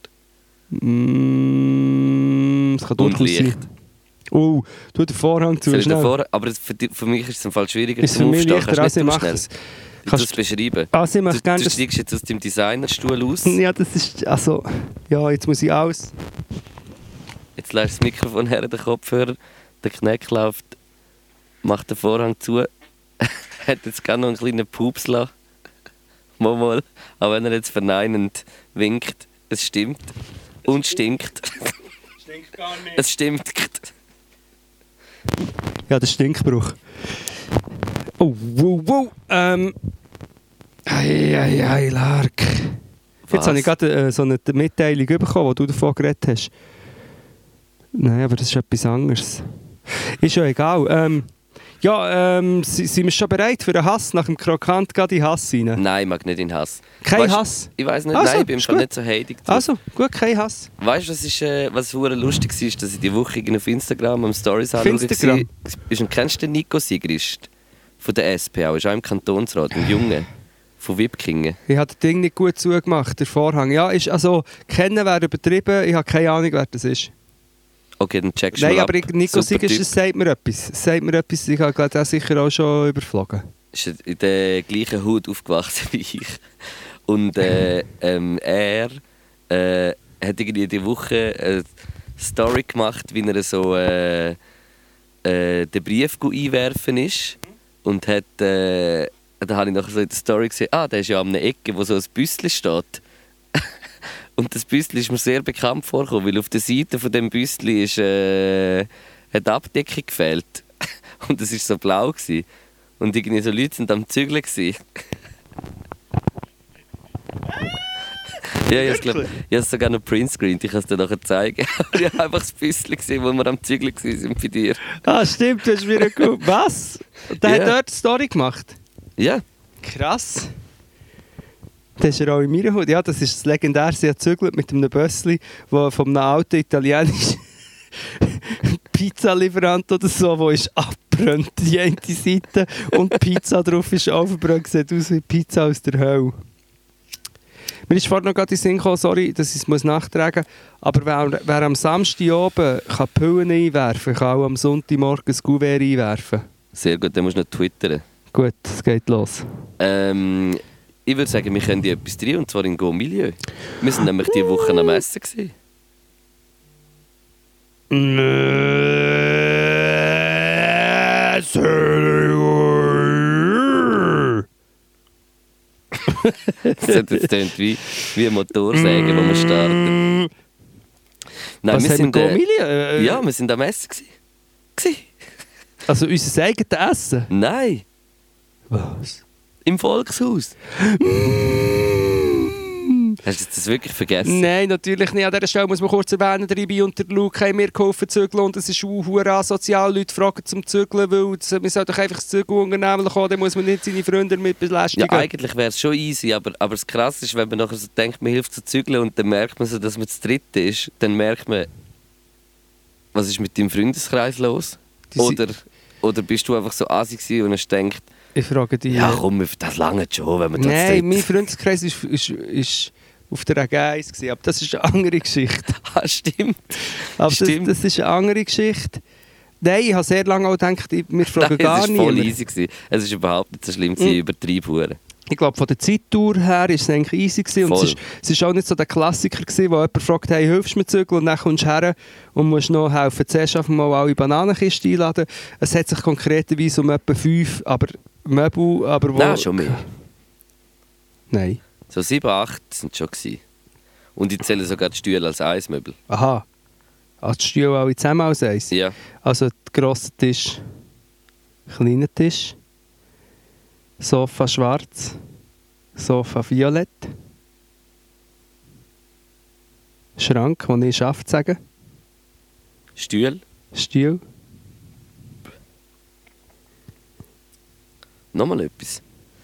Mm, das kann durchaus sein. Oh, tu den Vorhang zu, Soll ich schnell. den Vorhang- Aber für, die, für mich ist es im Fall schwieriger Ist für zum mich Aufstehen. leichter, Kannst also du ich nicht mache schnell es. du Kannst- das beschreiben? Also ich möchte Du, gerne du das... steigst jetzt aus deinem Designerstuhl aus. Ja, das ist... Also... Ja, jetzt muss ich alles... Jetzt lässt das Mikrofon her, den Kopfhörer. Der Kneck läuft, macht den Vorhang zu. Hat jetzt gerade noch einen kleinen Pups lassen. Mal, mal. Auch wenn er jetzt verneinend winkt. Es stimmt. Und stinkt. Stinkt gar nicht. Es stimmt. Ja, der Stinkbruch. Oh, wow, wow. Ähm... Ei, ei, ei, Lark. Was? Jetzt habe ich gerade äh, so eine Mitteilung bekommen, wo du davon geredet hast. Nein, aber das ist etwas anderes. Ist ja egal. Ähm, ja, ähm, si- sind wir schon bereit für den Hass? Nach dem Krokant gerade in Hass rein? Nein, ich mag nicht in Hass. Kein Weißt- Hass? Ich weiß nicht, Also, nein, ich bin im ist Fall gut. nicht so heidig. drauf. Also, gut, kein Hass. Weißt du, was, ist, äh, was hure lustig war, dass ich die Woche auf Instagram am Stories Auf anschaue? Instagram? Ist, kennst du den Nico Sigrist? Von der S P auch, ist auch im Kantonsrat, ein Junge. Von Wipkingen. Ich habe das Ding nicht gut zugemacht, der Vorhang. Ja, ist, also, kennen wäre übertrieben, ich habe keine Ahnung, wer das ist. Okay, dann checkst du Nein, mal aber ab. ich- Nico Super Sigrist, Typ. das sagt mir etwas. Das sagt mir etwas, ich habe glaub, den sicher auch schon überflogen. Ist in der gleichen Haut aufgewachsen wie ich. Und äh, ähm, er äh, hat irgendwie die Woche eine Story gemacht, wie er so äh, äh, den Brief einwerfen ist. Und hat, äh, da habe ich nachher so in der Story gesehen, ah, der ist ja an einer Ecke, wo so ein Büsschen steht. Und das Büsschen ist mir sehr bekannt vorgekommen, weil auf der Seite von dem Büsschen ist, äh, hat die Abdeckung gefehlt. Und es war so blau. Gewesen. Und irgendwie so Leute sind am Zügeln. Gewesen. Ja, ich glaube, ich habe sogar noch Printscreen, ich kann es dir nachher zeigen. Ich habe einfach das Büsschen gesehen, wo wir am Zügeln waren bei dir. Ah, stimmt, du hast wieder gut. Was? Der Ja. hat dort eine Story gemacht? Ja, Krass. Das ist er auch in meiner Hut. Ja, das ist das legendäre. Sie hat gezügelt mit einem Bössli, wo von einem alten italienischen Pizzalieferant oder so, wo ist abbrennt, die eine Seite und die Pizza drauf ist aufgebrannt. Sieht aus wie Pizza aus der Hölle. Mir ist vorhin noch gerade in den Sinn gekommen, sorry, dass ich es nachtragen muss, aber wer, wer am Samstag oben kann Pillen einwerfen kann, kann auch am Sonntagmorgen ein Kuvert einwerfen. sehr gut, dann musst du noch twittern. Gut, es geht los. Ähm, ich würde sagen, wir können dir etwas drin, und zwar in Go Milieu. Wir waren nämlich diese Woche am Essen. Gewesen. Das hat jetzt tönt wie, wie ein Motorsäge, wo man startet. Nein, Was wir haben sind, wir äh, Go äh, ja, wir sind am Essen. Gewesen. Gewesen. Also unser eigenes Essen? Nein, Was? im Volkshaus. Hast du das wirklich vergessen? Nein, natürlich nicht. An dieser Stelle muss man kurz erwähnen, der Ibi und der Luke haben mir geholfen zu zügeln und es ist hure asozial, Leute fragen zum Zügeln, weil es- man soll doch einfach das Zügeln unternehmen kommen, dann muss man nicht seine Freunde damit Ja, belästigen. eigentlich wäre es schon easy, aber, aber das Krasse ist, wenn man nachher so denkt, man hilft zu zügeln und dann merkt man so, dass man das Dritte ist, dann merkt man, was ist mit deinem Freundeskreis los? Die si- Oder, oder bist du einfach so assi gewesen und hast gedacht, Ich frage dich. ja komm, das lange schon, wenn man das Nein, mein Dritte... Freundeskreis ist, ist, ist auf der A G eins gewesen, aber das ist eine andere Geschichte. Ah, stimmt. Aber das, Stimmt. das ist eine andere Geschichte. Nein, ich habe sehr lange auch gedacht, ich- wir fragen Nein, gar es war voll nicht. easy. Gewesen. Es war überhaupt nicht so schlimm, gewesen, Mm. übertrieb hure. Ich glaube, von der Zeitdauer her war es eigentlich easy. Gewesen. Und Voll. es war es ist auch nicht so der Klassiker, gewesen, wo jemand fragt, hey, hilfst du mir zügeln? Und dann kommst du her und musst noch helfen. Zuerst einfach mal alle Bananenkisten einladen. Es hat sich konkreterweise um etwa fünf aber Möbel, aber wo... Nein, schon mehr. Nein. So sieben, acht sind schon gewesen. Und ich zähle sogar die Stühle als Eismöbel. Aha. Also die Stühle alle zusammen als eins? Ja. Also der grosse Tisch, kleiner Tisch, Sofa schwarz, Sofa violett, Schrank, den ich schaffe zu sagen, Stühle. Stuhl. Nochmal etwas.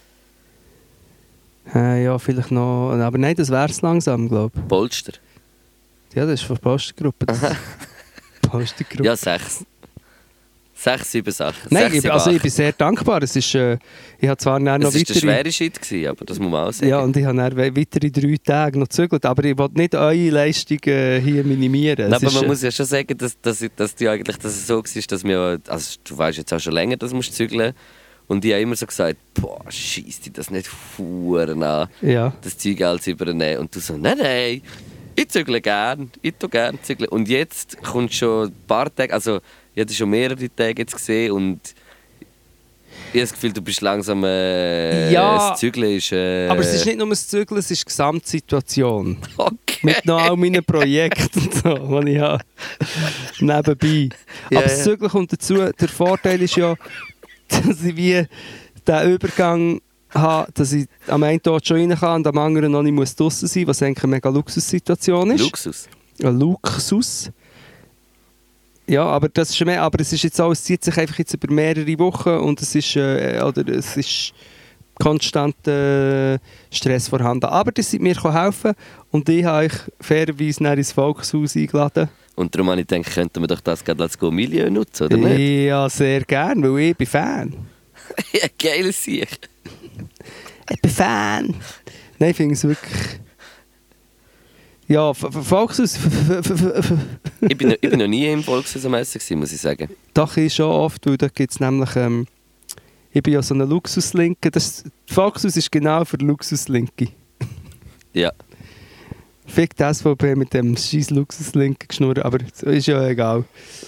Äh, ja, vielleicht noch... Aber nein, das wäre es langsam, glaube ich. Polster. Ja, das ist von der Postergruppe. Postergruppe. Ja, sechs. Sechs, sieben Sachen. Nein, sechs, ich, sieben, also ich acht. bin sehr dankbar. Es ist, äh, ich habe zwar dann noch Es war der weitere... schwere Shit, gewesen, aber das muss man auch sagen. Ja, und ich habe dann weitere drei Tage noch gezögert. Aber ich will nicht eure Leistung äh, hier minimieren. Nein, Es aber ist, man äh, muss ja schon sagen, dass, dass, dass, die eigentlich, dass es so war, dass wir, also du weißt jetzt auch schon länger, dass du musst zügeln. Und ich habe immer so gesagt, boah, scheiss dich das nicht verdammt an, Ja. das Zeug alles übernehmen. Und du so, nein, nein, ich zügle gern, ich tue gern zügeln. Und jetzt kommt schon ein paar Tage, also ich habe schon mehrere Tage jetzt gesehen und ich habe das Gefühl, du bist langsam, äh, Ja, das Zügeln ist... Äh, Aber es ist nicht nur das Zügeln, es ist die Gesamtsituation. Okay. Mit noch all meinen Projekten und so, die ich habe. Nebenbei. Ja, Aber das ja. Zügeln kommt dazu, der Vorteil ist ja, dass ich wie den Übergang habe, dass ich am einen Tag schon rein kann und am anderen noch nicht muss draussen sein muss, was eigentlich eine mega Luxussituation ist. Luxus. Ein Luxus. Ja, aber das ist mehr, aber es ist jetzt auch, es zieht sich einfach jetzt über mehrere Wochen und es ist, äh, oder es ist konstant äh, Stress vorhanden. Aber das sind mir helfen und ich habe euch fairerweise nach ins Volkshaus eingeladen. Und darum habe ich gedacht, könnten wir doch das gerade als Go-Milieu nutzen, oder nicht? Ja, sehr gern, weil ich bin Fan. Ja, geil Sieg. Ich bin Fan. Nein, ich finde es wirklich... Ja, F- F- Volkshaus... F- F- F- F- Ich bin, noch- ich bin noch nie im Volkshaus am Essen gewesen, muss ich sagen. Doch, ich schon oft, weil da gibt es nämlich... Ähm, ich bin ja so eine Luxuslinke. Das Volkshaus ist genau für Luxuslinke. Ja. Fick die S V P mit dem scheiß Luxuslinken geschnurrt, aber ist ja egal.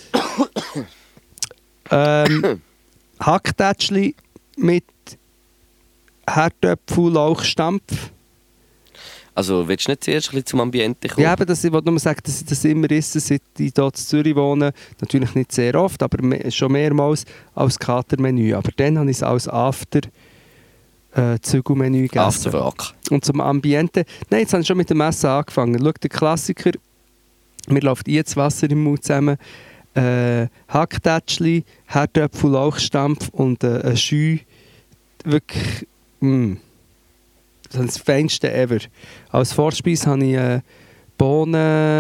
ähm, Hacktätschli mit Herdöpfel, Lauchstampf. Also willst du nicht zuerst ein bisschen zum Ambiente kommen? Ja, eben, das, ich wollte nur sagen, dass ich das immer esse, seit ich hier in Zürich wohne. Natürlich nicht sehr oft, aber me- schon mehrmals als Katermenü. Aber dann habe ich es als After äh, Zügelmenü gegessen. Afterwork. Und zum Ambiente... Nein, jetzt habe ich schon mit dem Essen angefangen. Schau, der Klassiker, mir läuft jetzt Wasser im Mund zusammen. Äh, Hacktätschli, Herdöpfel, Lauchstampf und äh, ein Schü. Wirklich... Mm. Das ist das Feinste ever. Als Vorspeise hatte ich äh, Bohnen,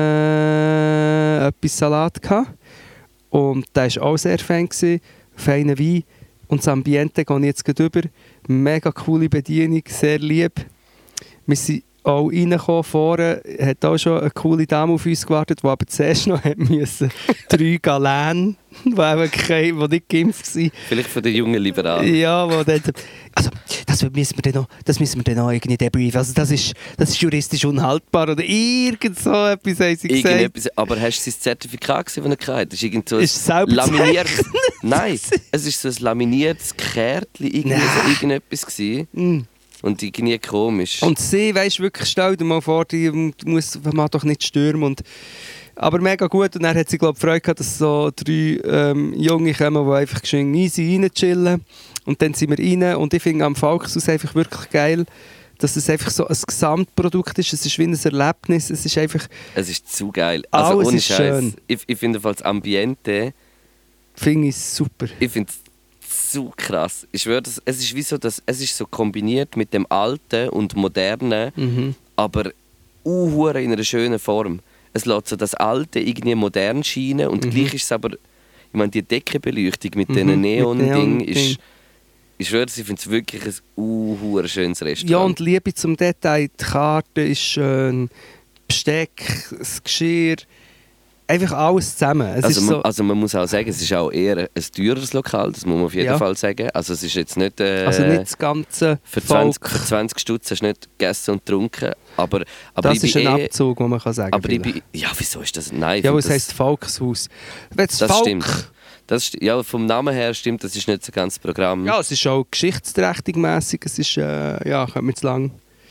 etwas Salat gehabt. Und der war auch sehr fein. Gewesen. Feiner Wein. Und das Ambiente gehe ich jetzt gleich über. Mega coole Bedienung, sehr lieb. Wir sind auch reingekommen. Vorne hat auch schon eine coole Dame auf uns gewartet, die aber zuerst noch hat müssen. Drei Galen, die die nicht geimpft waren. Vielleicht von den jungen Liberalen. Ja, wo dann, also das müssen wir dann noch, das müssen wir dann noch irgendwie debriefen. Also das ist, das ist juristisch unhaltbar oder irgend so etwas haben sie gesagt. Irgendetwas, aber hast du sein Zertifikat gesehen, das er hatte? Das ist irgend so ein Ist es selber laminiertes... Nein, es war so ein laminiertes Kärtchen, irgendwie Nein. so irgendetwas gewesen. Mm. Und irgendwie komisch. Und sie, weißt du, wirklich, stell dir mal vor, die muss man doch nicht stürmen. Und, aber mega gut. Und dann hat sie, glaube ich, Freude gehabt, dass so drei ähm, Junge kommen, die einfach schön easy rein chillen. Und dann sind wir rein. Und ich finde am Volkshaus einfach wirklich geil, dass es einfach so ein Gesamtprodukt ist. Es ist wie ein Erlebnis. Es ist einfach... Es ist zu geil. Also Alles ohne ist Scheiß. schön. Ich, ich finde das Ambiente, Finde ich super. ich finde es zu krass. Ich schwöre, das- es ist wie so, dass es ist so kombiniert mit dem Alten und Modernen, Mhm. aber uhuere in einer schönen Form. Es lässt so das Alte irgendwie modern scheinen und Mhm. gleich ist es aber, ich meine, die Deckenbeleuchtung mit Mhm, diesen mit Neon-Ding Neon-Ding. ist, ich schwöre, ich finde es wirklich ein uhuere schönes Restaurant. Ja, und Liebe zum Detail. Die Karte ist schön. Besteck, das Geschirr. Einfach alles zusammen. Es also, ist man, so, also man muss auch sagen, es ist auch eher ein teures Lokal, das muss man auf jeden Ja. Fall sagen. Also es ist jetzt nicht... Äh, also nicht das ganze für zwanzig, Volk. für zwanzig Stutz hast du nicht gegessen und getrunken, aber, aber Das ich ist bin ein eh, Abzug, den man kann sagen aber ich vielleicht. bin, ja, wieso ist das? Nein, ich Ja, find was das, heisst Volkshaus? Wenn das das Volk, stimmt. Das, st- ja, vom Namen her stimmt, das ist nicht so ganz das Programm. Ja, es ist auch geschichtsträchtig mässig. Es ist, äh, ja, könnte man zu lang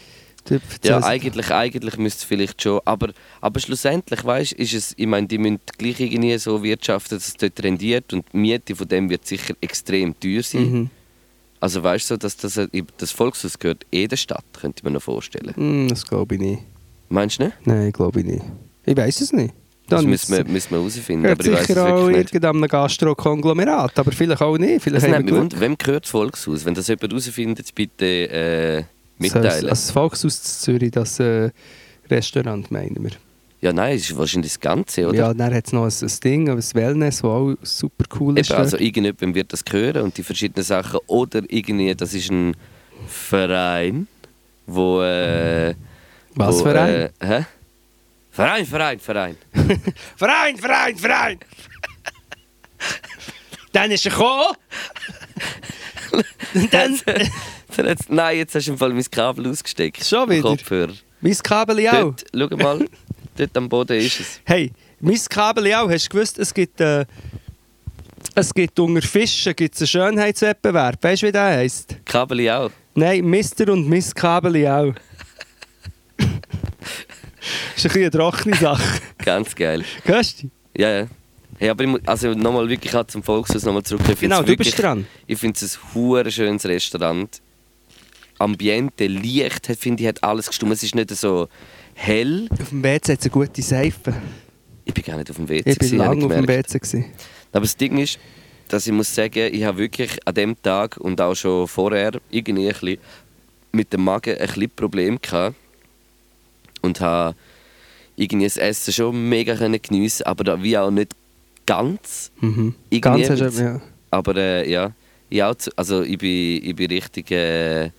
Die Ja, eigentlich, eigentlich müsste es vielleicht schon. Aber, aber schlussendlich, weißt, ist es, ich meine, die müssen gleich irgendwie so wirtschaften, dass es dort rendiert und die Miete von dem wird sicher extrem teuer sein. Mhm. Also weißt du, so, dass das, das Volkshaus gehört eh der Stadt, könnte ich mir noch vorstellen. Mm, das glaube ich nicht. Meinst du nicht? Nein, glaube ich nicht. Ich weiß es nicht. Das Dann müssen wir, müssen wir herausfinden, gehört aber ich weiß es sicher auch wirklich nicht. irgendeinem Gastro-Konglomerat, aber vielleicht auch nicht. Vielleicht Das haben nimmt wir mich gut- wunder, wem gehört das Volkshaus? Wenn das jemand herausfindet, bitte äh, Also, mitteilen. das Volkshaus zu Zürich, das äh, Restaurant, meinen wir. Ja, nein, es ist wahrscheinlich das Ganze, oder? Ja, dann hat es noch ein, ein Ding, ein Wellness, das auch super cool ist. Eben, also dort. irgendjemand wird das hören und die verschiedenen Sachen. Oder irgendwie, das ist ein Verein, wo... Äh, Was wo, Verein? Äh, hä? Verein, Verein, Verein. Verein, Verein, Verein! Dann ist er gekommen. Und dann... Dann hat's- Nein, jetzt hast du im Fall mein Kabel ausgesteckt. Schon wieder? Kopfhörer. Mein Kabel auch. Dort, schau mal, dort am Boden ist es. Hey, mein Kabel auch. Hast du gewusst, es gibt... Äh, es gibt unter Fischen gibt's einen Schönheitswettbewerb. Weißt du, wie der heisst? Kabel auch. Nein, Mister und Miss Kabel auch. Das ist ein bisschen eine trockene Sache. Ganz geil. Hörst du? Ja, ja. Hey, aber ich muss, also nochmal wirklich auch zum Volkshaus nochmal zurück. Ich find's Genau, du wirklich, bist dran. Ich finde es ein hure schönes Restaurant. Ambiente, Licht, finde ich, hat alles gestimmt. Es ist nicht so hell. Auf dem W C hat es eine gute Seife. Ich bin gar nicht auf dem W C. Ich war gewesen, habe lange auf dem W gemerkt. C. gewesen. Aber das Ding ist, dass ich muss sagen, ich habe wirklich an dem Tag und auch schon vorher irgendwie ein bisschen mit dem Magen ein bisschen Problem gehabt. Und habe irgendwie das Essen schon mega geniessen, aber da wie auch nicht ganz. Mhm. Irgendwie Ganz hast wird's- du, ja. Aber äh, ja, ich, auch zu, also ich, bin, ich bin richtig äh,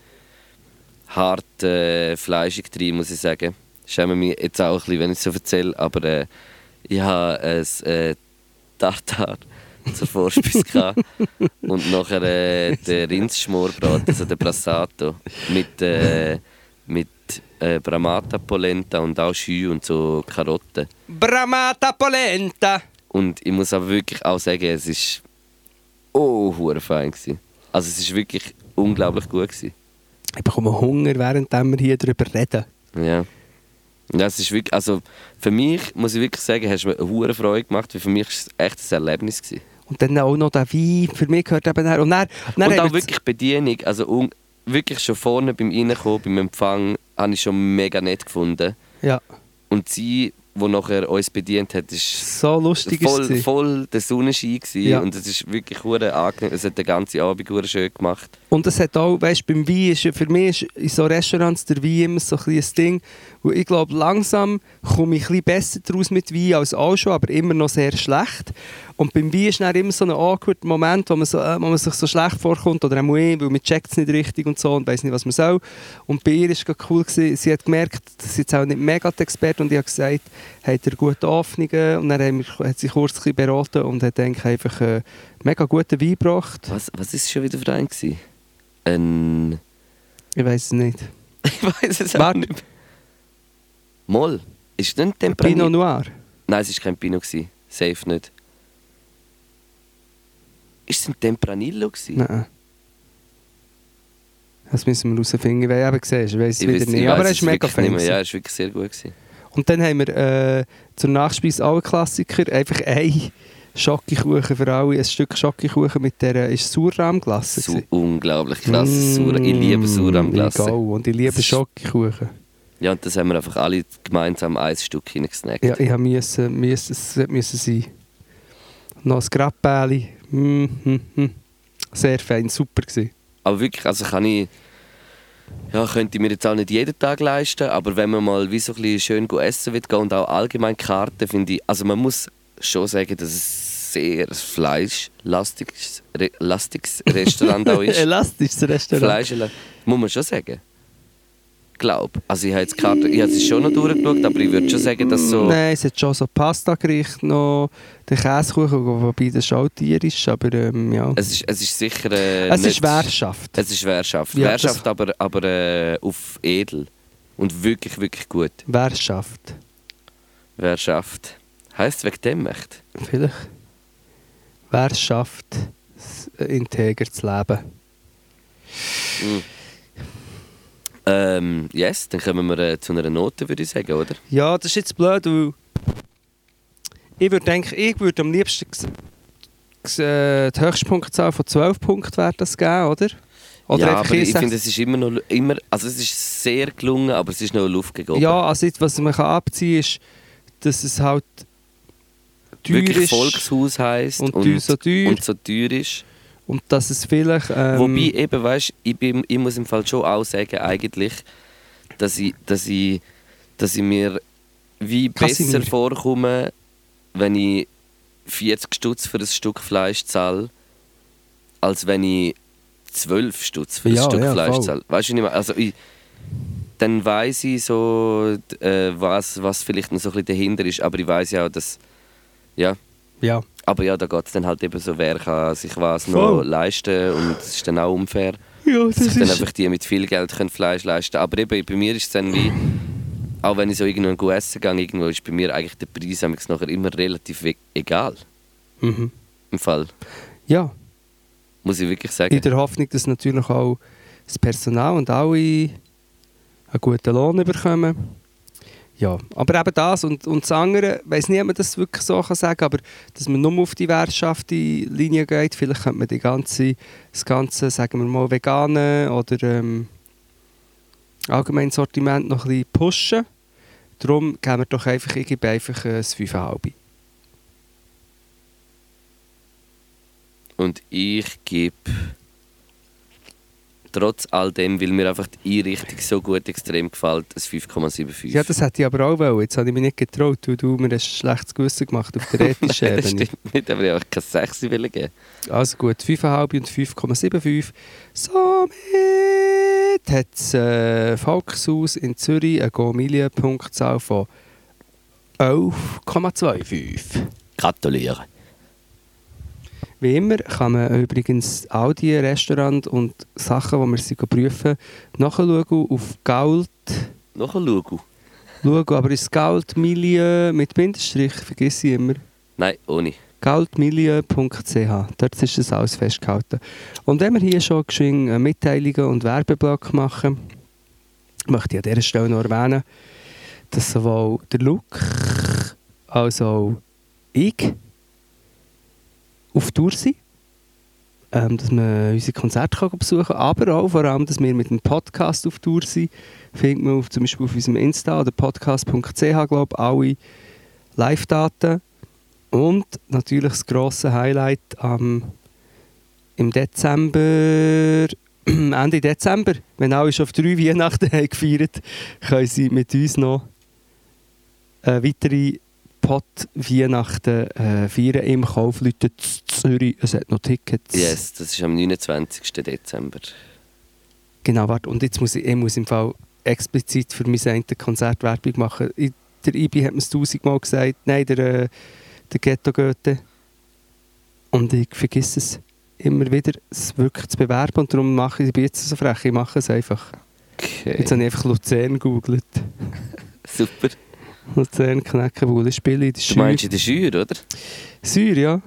hart äh, fleischig drin, muss ich sagen. Schäme mich jetzt auch ein bisschen, wenn ich es so erzähle, aber äh, ich habe ein äh, Tartar zur Vorspeise gehabt und nachher äh, den Rindsschmorbraten, also den Brassato, mit, äh, mit äh, Bramata Polenta und auch Schü und so Karotten. Bramata Polenta! Und ich muss aber wirklich auch sagen, es ist oh, hure fein gewesen. Also es ist wirklich unglaublich gut gewesen. Ich bekomme Hunger, während wir hier darüber reden. Ja. Ja, es ist wirklich, also für mich muss ich wirklich sagen, hast du mir eine hure Freude gemacht, weil für mich war es echt ein Erlebnis gewesen. Und dann auch noch der Wein, für mich gehört eben her. Und, dann, dann Und haben auch wir wirklich Bedienung, also un, wirklich schon vorne beim Reinkommen, beim Empfang, habe ich schon mega nett gefunden. Ja, Und sie, die nachher uns bedient hat, ist so lustig ist voll, es. voll der Sonnenschein gewesen. Ja. Und es ist wirklich hure angenehm. Es hat den ganzen Abend hure schön gemacht. Und es hat auch, weißt du, beim Wein ist, ja- für mich ist in so Restaurants der Wein immer so ein bisschen ein Ding, wo ich glaube, langsam komme ich ein bisschen besser daraus mit Wein als auch schon, aber immer noch sehr schlecht. Und beim Wein ist dann immer so ein awkward Moment, wo man, so, äh, wo man sich so schlecht vorkommt, oder auch ich, weil man checkt es nicht richtig und so und weiss nicht, was man soll. Und bei ihr war es cool, gewesen. Sie hat gemerkt, dass sie jetzt auch nicht mega die Experte und ich habe gesagt, habt ihr gute Öffnungen? Und dann haben wir, hat sie kurz ein bisschen beraten und hat denke ich, einfach äh, mega guten Wein gebracht. Was, was ist schon wieder für ein gewesen? Ein... Ich weiß es nicht. Ich weiß es auch Warte. nicht. Moll. Ist es nicht ein Pinot Tempranillo? Noir. Nein, es war kein Pinot. Gewesen. Safe nicht. Ist es ein Tempranillo? Gewesen? Nein. Das müssen wir herausfinden. Ich habe eben gesehen, ich weiß es Ich wieder weiss- nicht. ich Aber weiss er es ist mega wirklich nicht mehr. fan. Ja, er war wirklich sehr gut. Gewesen. Und dann haben wir äh, zur Nachspeise auch einen Klassiker. Einfach ein Schokokuchen für alle. Ein Stück Schokokuchen mit der ist Sauerrahmglasse. So unglaublich klasse. Sauer. Ich liebe Sauerrahmglasse. Egal. Und ich liebe Das ist- Schokokuchen. Ja, und das haben wir einfach alle gemeinsam ein Stück hineingesnackt. Ja, ich musste, musste, es musste sein. Noch ein Grappelli. Mm, mm, mm. Sehr fein, super gewesen. Aber wirklich, also kann ich... Ja, könnte ich mir jetzt auch nicht jeden Tag leisten, aber wenn man mal wie so ein bisschen schön go essen will gehen und auch allgemein Karten, finde ich... Also man muss schon sagen, dass es sehr fleischlastiges Re lastiges Restaurant auch ist. Elastisches Restaurant. Fleisch, muss man schon sagen. Glaub. Also ich habe jetzt die Karte, ich habe sie schon noch durchgeschaut, aber ich würde schon sagen, dass so... Nein, es hat schon so Pasta-Gericht noch, den Käsekuchen, wobei das schon tierisch ist, aber ähm, ja. Es ist, es ist sicher äh, Es nicht- ist Währschaft. Es ist Währschaft. Ja, Währschaft, das- aber, aber äh, auf edel. Und wirklich, wirklich gut. Währschaft. Währschaft. Heisst wegen dem echt? Vielleicht. Währschaft, s- integer zu leben. Mm. Ähm, yes, dann kommen wir äh, zu einer Note, würde ich sagen, oder? Ja, das ist jetzt blöd, weil ich würde denken, ich würde am liebsten gs- gs- äh, die Höchstpunktzahl von zwölf Punkten wäre das geben, oder? Oder ja, einfach aber ich sechs- finde, es ist immer noch, immer, also es ist sehr gelungen, aber es ist noch Luft gegangen. Ja, also jetzt, was man kann abziehen kann, ist, dass es halt teuer Wirklich ist Volkshaus heisst und, und, teuer, so teuer und so teuer ist. und dass es vielleicht... Ähm, Wobei eben, weißt, ich, bin, ich muss im Fall schon auch sagen, eigentlich, dass ich, dass ich, dass ich mir wie Kasimir. besser vorkomme, wenn ich vierzig Stutz für ein Stück Fleisch zahle, als wenn ich zwölf Stutz für ein Ja, Stück ja, Fleisch voll. zahle. Weißt du, was ich meine? Also ich, dann weiss ich so, äh, was, was vielleicht noch so ein bisschen dahinter ist, aber ich weiss ja auch, dass... Ja, ja. aber ja, da geht es dann halt eben so, wer kann sich was noch Voll. leisten und es ist dann auch unfair. Ja, Dass das sich dann ist... einfach die mit viel Geld können Fleisch leisten können. Aber eben, bei mir ist es dann wie, auch wenn ich so irgendwo essen gehe, irgendwo ist bei mir eigentlich der Preis eigentlich nachher immer relativ we- egal. Mhm. Im Fall, Ja, muss ich wirklich in sagen. der Hoffnung, dass natürlich auch das Personal und alle einen guten Lohn bekommen. Ja, aber eben das und, und das andere, ich weiss nicht, ob man das wirklich so kann sagen, aber dass man nur auf die Wertschaftslinie geht, vielleicht könnte man die ganze, das ganze, sagen wir mal, vegane oder ähm, allgemein Sortiment noch ein bisschen pushen. Darum geben wir doch einfach, ich gebe einfach ein fünf Komma fünf. Und ich gebe, trotz all dem, weil mir einfach die Einrichtung so gut extrem gefällt, ein fünf Komma fünfundsiebzig. Ja, das hätte ich aber auch wollen. Jetzt habe ich mich nicht getraut, weil du mir ein schlechtes Gewissen gemacht auf der ethischen Nein, das Ebene. stimmt nicht, aber ich wollte keine sechs geben. Also gut, fünf Komma fünf und fünf Komma fünfundsiebzig. Somit hat das äh, Volkshaus in Zürich eine Gomilie-Punktzahl von elf Komma fünfundzweißig. Gratuliere. Wie immer kann man übrigens all die Restaurants und Sachen, die wir sie prüfen, nachschauen auf Gault. Noch ein Logo. Schauen, aber ist Gault Milieu mit Bindestrich, vergiss ich immer. Nein, ohne. gaultmilieu punkt c h. Dort ist das alles festgehalten. Und wenn wir hier schon geschwind äh, Mitteilungen und Werbeblock machen, möchte ich an dieser Stelle noch erwähnen, dass sowohl der Luke als auch ich auf Tour sind. Ähm, dass man unsere Konzerte kann besuchen kann, aber auch vor allem, dass wir mit dem Podcast auf Tour sind. Findet man auf, zum Beispiel auf unserem Insta oder podcast punkt c h, glaube ich, alle Live-Daten. Und natürlich das grosse Highlight ähm, im Dezember, Ende Dezember, wenn alle schon auf drei Weihnachten haben gefeiert, können sie mit uns noch äh, weitere Pott-Weihnachten äh, feiern im Kaufleuten zu Zürich. Es hat noch Tickets. Yes, das ist am neunundzwanzigsten Dezember. Genau, warte. Und jetzt muss ich, ich muss im Fall explizit für mein eine Konzert Werbung machen. Ich, der Ibi hat mir es tausendmal gesagt, nein, der, äh, der Ghetto-Goethe. Und ich vergesse es immer wieder, es wirklich zu bewerben. Und darum mache ich, ich bin jetzt so frech, ich mache es einfach. Okay. Jetzt habe ich einfach Luzern gegoogelt. Super. Luzern, Kneckenwohl, ich spiele in der Du Schür. meinst in der Schür, oder? Säure, ja.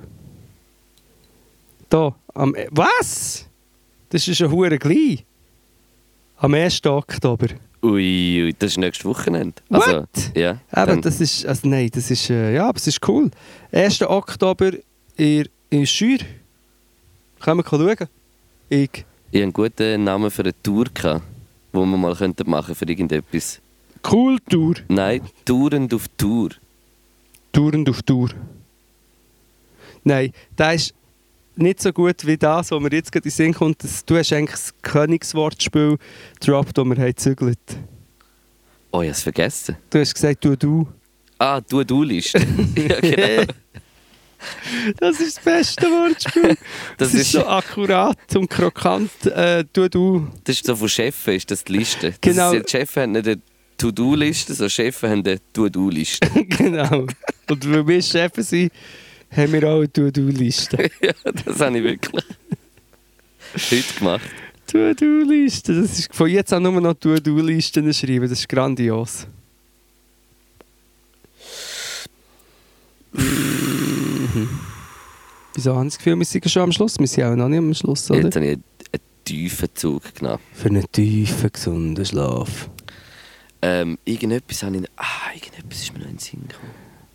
Da, am... Was? Das ist schon hure gleich. Am ersten Oktober. Ui, ui, das ist nächstes Wochenende. Also, What? ja. Eben, dann- das ist... Also nein, das ist... Äh, ja, aber es ist cool. ersten Oktober in, in Schür. Können wir schauen. Ich. Ich habe einen guten Namen für eine Tour gehabt, die wir mal könnten machen für irgendetwas. Kultur. Nein, Tourend auf Tour. Tourend auf Tour. Nein, das ist nicht so gut wie das, was mir jetzt gerade in den Sinn kommt. Das, du hast eigentlich das Königswortspiel gedroppt, das wir haben gezügelt. Oh, ich habe es vergessen. Du hast gesagt, du, du. Ah, du, du Liste. Ja, genau. Das ist das beste Wortspiel. Das, Das ist, ist- so akkurat und krokant. Äh, du, du. Das ist so von Chefen, ist das die Liste. Genau. Das ist, die Chefs haben nicht eine To-Do-Liste, sondern Chefs haben eine To-Do-Liste. Genau. Und weil wir Chefs sind, haben wir auch eine Du-Du-Liste. Ja, das habe ich wirklich heute gemacht. Du-Du-Liste. Das ist von jetzt an nur noch Du-Du-Listen schreiben. Das ist grandios. Mhm. Wieso habe ich das Gefühl, wir sind schon am Schluss? Wir sind auch noch nicht am Schluss, oder? Jetzt habe ich eine tiefen Zug genommen. Für einen tiefen, gesunden Schlaf. Ähm, irgendetwas habe ich... Ah, irgendetwas ist mir noch in den Sinn gekommen.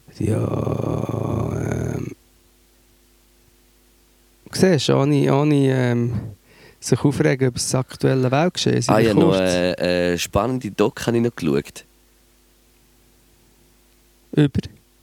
Ja, ähm... Siehst du, ohne, ohne ähm, sich aufregen über das aktuelle Weltgeschehen. Ah ja, noch eine äh, spannende Doc habe ich noch geschaut. Über?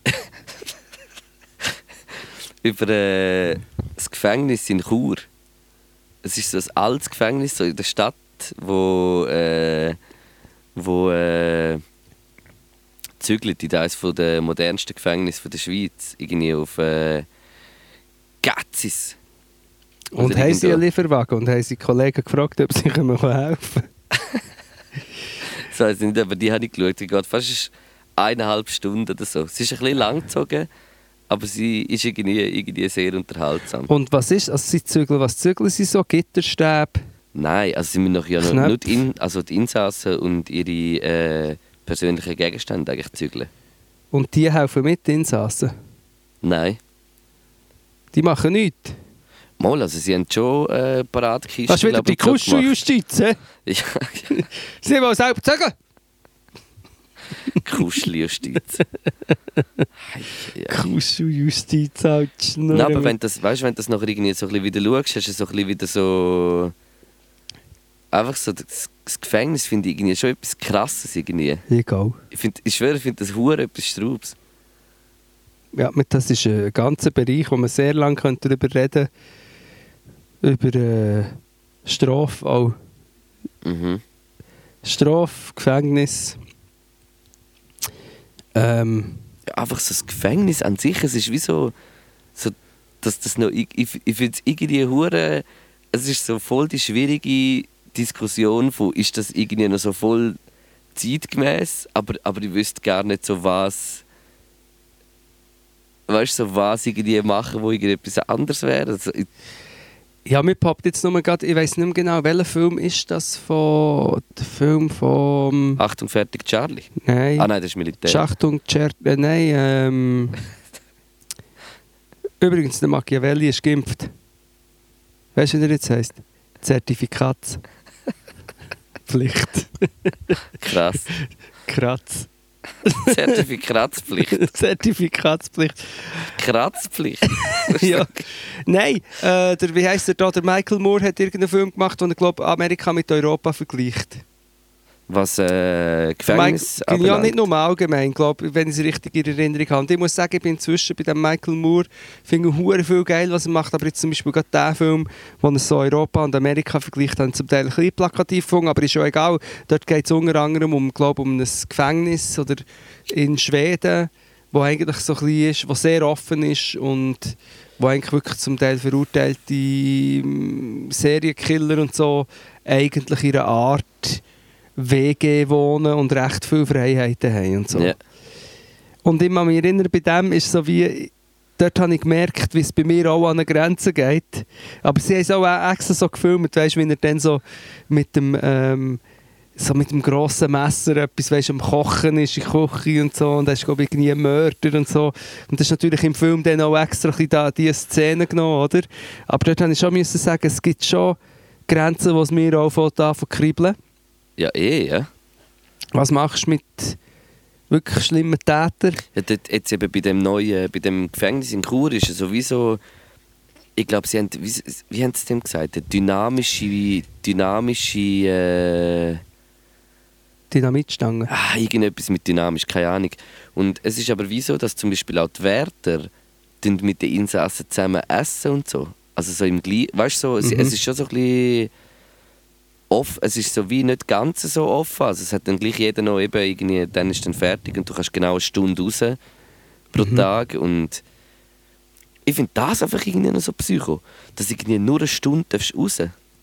Über äh, das Gefängnis in Chur. Es ist so ein altes Gefängnis so in der Stadt, wo... Äh, wo äh, zügelt in eines der modernsten Gefängnisse der Schweiz. Irgendwie auf äh, Gatzis. Und Oder haben sie irgendwo- einen Lieferwagen und haben sie Kollegen gefragt, ob sie mir helfen können? Das weiss ich nicht, aber die habe ich geschaut. Die geht fast eineinhalb Stunden oder so. Sie ist ein bisschen langgezogen, aber sie ist irgendwie, irgendwie sehr unterhaltsam. Und was ist, also sie zügeln, was zügeln sie so? Gitterstäbe? Nein, also sie müssen noch ja noch, Knöpfe. nur die, In, also die Insassen und ihre äh, persönlichen Gegenstände eigentlich zügeln. Und die helfen mit, die Insassen? Nein. Die machen nichts? Mal, also sie haben schon äh, Paratkisten. Das ist wieder glaub ich, die schon gemacht. Kuscheljustiz, hä? Ja, Sie wollen selber zügeln? Kuscheljustiz. ja. Kuscheljustiz, halt Schnurren. Nein, aber wenn das, weißt, wenn du das nachher irgendwie so ein bisschen wieder schaust, hast du so ein bisschen wieder so... Einfach so, das, das Gefängnis finde ich irgendwie schon etwas Krasses irgendwie. Egal. Ich, find, ich schwöre, ich finde das hure etwas Straubs. Ja, mit- das ist ein ganzer Bereich, wo man sehr lange könnte darüber reden könnte. Über äh, Strafe auch. Mhm. Strafe, Gefängnis. Ähm, Ja, einfach so das Gefängnis an sich, es ist wie so... so dass das noch, ich ich, ich finde es irgendwie hure... Es ist so voll die schwierige Diskussion von, ist das irgendwie noch so voll zeitgemäß, aber, aber ich wüsste gar nicht so was... Weißt du, so was irgendwie machen, wo irgendetwas anderes wäre. Also, ich, ja, mir poppt jetzt nur gerade, ich weiß nicht mehr genau, welcher Film ist das von... Der Film von... Achtung, fertig, Charlie. Nein. Ah nein, das ist Militär. Schachtung, Cher äh, nein, ähm... Übrigens, der Machiavelli ist geimpft. Weißt du, wie der jetzt heisst? Zertifikatspflicht. Krass. Kratz. Zertifikatspflicht. Zertifikatspflicht. Kratzpflicht. Ja. Nein, äh, der, wie heisst der da? Der Michael Moore hat irgendeinen Film gemacht, wo er, glaube Amerika mit Europa vergleicht. Was äh, Gefängnis Mike, ja, anbelangt. nicht nur allgemein, glaube wenn ich es richtig in Erinnerung habe. Und ich muss sagen, ich bin inzwischen bei dem Michael Moore, finde ich hure viel geil, was er macht. Aber jetzt zum Beispiel gerade den Film, wo er so Europa und Amerika vergleicht, habe ich zum Teil ein bisschen plakativ gefunden, aber ist schon egal. Dort geht es unter anderem um, glaube um ein Gefängnis oder in Schweden, wo eigentlich so ein bisschen ist, wo sehr offen ist und wo eigentlich wirklich zum Teil verurteilte mm, Serienkiller und so eigentlich ihre Art W G wohnen und recht viele Freiheiten haben und so. Ja. Und ich kann mich erinnern, bei dem ist so wie, dort habe ich gemerkt, wie es bei mir auch an eine Grenze geht. Aber sie haben es auch extra so gefilmt, weißt, wie er dann so mit dem, ähm, so mit dem grossen Messer etwas, weißt, am Kochen ist, in der Küche und so, und er ist, glaube ich, nie ein Mörder und so. Und das ist natürlich im Film dann auch extra ein bisschen da, diese Szene genommen, oder? Aber dort musste ich schon müssen sagen, es gibt schon Grenzen, die es mir auch von da von kribbeln. Ja, eh, ja. Was machst du mit wirklich schlimmen Tätern? Ja, dort, jetzt eben bei dem neuen, bei dem Gefängnis in Chur ist es sowieso, ich glaube, sie haben, wie, wie haben sie dem gesagt, eine dynamische, dynamische, äh, Dynamitstangen. ah, irgendetwas mit dynamisch, keine Ahnung. Und es ist aber wie so, dass zum Beispiel auch die Wärter mit den Insassen zusammen essen und so. Also so im Gleich, weißt du, so, Mhm. es ist schon so ein bisschen off, es ist so wie nicht ganz so offen. Also es hat dann gleich jeder noch eben irgendwie, dann ist dann fertig und du kannst genau eine Stunde raus pro Mhm. Tag. Und ich finde das einfach irgendwie noch so psycho, dass irgendwie nur eine Stunde darfst raus.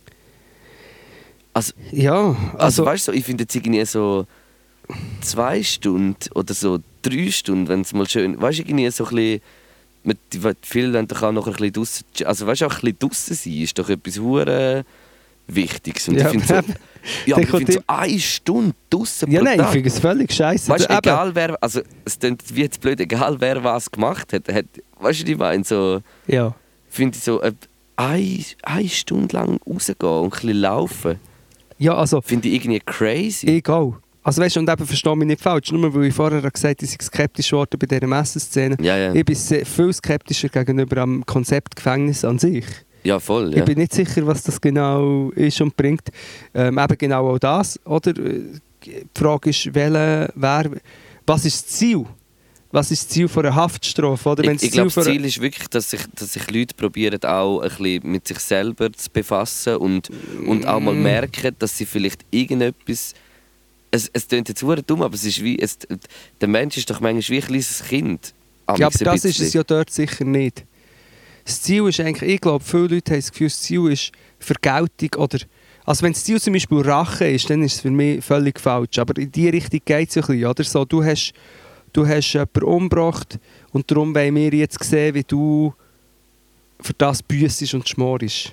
Also, Ja, also, also, weißt du, so, ich finde jetzt irgendwie so zwei Stunden oder so drei Stunden, wenn es mal schön, weißt du, irgendwie so ein bisschen, mit, viele wollen doch auch noch ein bisschen draussen, also weißt du, auch ein bisschen draussen sein, ist doch etwas hure Wichtiges. Und Ja, ich finde so, aber- ja, aber dann ich finde so kommt eine Stunde draussen ja pro nein, ich Tag. finde es völlig scheiße. Weißt du, egal wer, also es klingt wie jetzt blöd, egal wer was gemacht hat, hat weißt du, was ich meine, so, Ja. finde ich so, äh, eine, eine Stunde lang rausgehen und ein bisschen laufen, Ja, also... finde ich irgendwie crazy. Egal. Also weißt du, und eben verstehe mich nicht falsch, nur weil ich vorher gesagt habe, ich sei skeptisch geworden bei dieser Messenszene. Ja, ja. Ich bin sehr, viel skeptischer gegenüber dem Konzept Gefängnis an sich. Ja, voll. Ja. Ich bin nicht sicher, was das genau ist und bringt. Ähm, eben genau auch das. Oder? Die Frage ist, welche, wer, was ist das Ziel? Was ist das Ziel von einer Haftstrafe? Oder? Wenn Ich, ich glaube, das Ziel ist wirklich, dass sich, dass sich Leute probieren, auch ein bisschen mit sich selber zu befassen und, und auch mal merken, dass sie vielleicht irgendetwas... Es, es klingt jetzt verdammt dumm, aber es ist wie, es, der Mensch ist doch manchmal wie ein kleines Kind. Ja, aber das ist es ja dort sicher nicht. Das Ziel ist eigentlich, ich glaube, viele Leute haben das Gefühl, das Ziel ist Vergeltung oder... Also wenn das Ziel zum Beispiel Rache ist, dann ist es für mich völlig falsch. Aber in diese Richtung geht es ja ein bisschen, oder? So, du hast, du hast jemanden umgebracht und darum wollen wir jetzt sehen, wie du für das büssest und schmorst.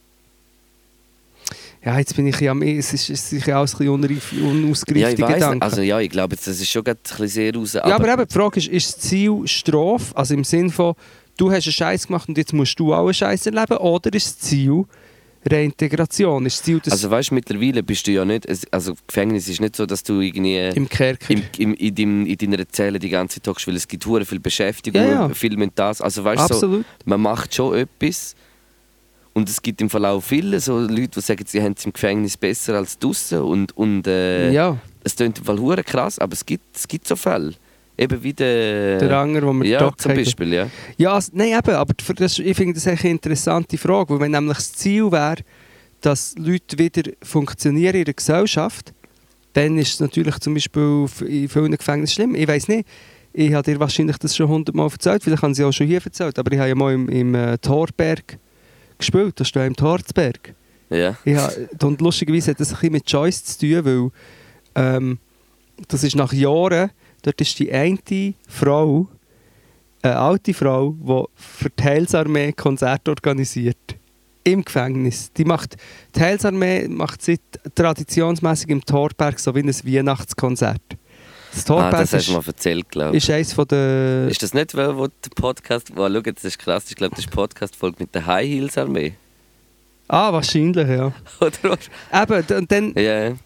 Ja, jetzt bin ich ja am... Es ist sicher alles ein bisschen unausgereifte ja, ich weiss, Gedanken. also ja, ich glaube, das ist schon gerade ein bisschen sehr raus. Ja, aber eben, die Frage ist, ist das Ziel Strafe? Also im Sinne von, du hast einen Scheiß gemacht und jetzt musst du auch einen Scheiß erleben? Oder ist das Ziel Reintegration? Ist das Ziel, dass also weißt du, mittlerweile bist du ja nicht... Also Gefängnis ist nicht so, dass du irgendwie... im Kerker... Im, im, in, deinem, in deiner Zelle die ganze Zeit hockst, weil es gibt hure viel Beschäftigung, Ja, ja. viel mit das. Also weißt du, so, Absolut. man macht schon etwas. Und es gibt im Fall auch viele so Leute, die sagen, sie haben es im Gefängnis besser als draussen. Und, und äh, Ja, es klingt im Fall hure krass, aber es gibt, es gibt so Fälle. Eben wie der... der Anger, den wir ja, da zum hatten. Beispiel, ja. Ja, also, nein, eben, aber für das, ich finde das eigentlich eine interessante Frage, weil wenn nämlich das Ziel wäre, dass Leute wieder funktionieren in der Gesellschaft, dann ist es natürlich zum Beispiel in vielen Gefängnissen schlimm. Ich weiss nicht, ich habe dir wahrscheinlich das schon hundertmal erzählt, vielleicht haben sie auch schon hier erzählt, aber ich habe ja mal im, im äh, Thorberg gespielt, das ist da im Torzberg. ja. Ich habe, und lustigerweise hat das ein bisschen mit Joyce zu tun, weil ähm, das ist nach Jahren, dort ist die eine Frau, eine alte Frau, die für die Heilsarmee Konzerte organisiert. Im Gefängnis. Die, macht, die Heilsarmee macht seit traditionsmäßig im Thorberg so wie ein Weihnachtskonzert. Das Thorberg Ah, das hast ist, du mal erzählt, glaube ich. ist eines von der... Ist das nicht, wo, wo der Podcast... Wo, schau, das ist krass, ich glaube, das ist die Podcast-Folge mit der High Heels Armee. Ah, wahrscheinlich, ja. Oder was? Eben, d- und dann... Ja, ja.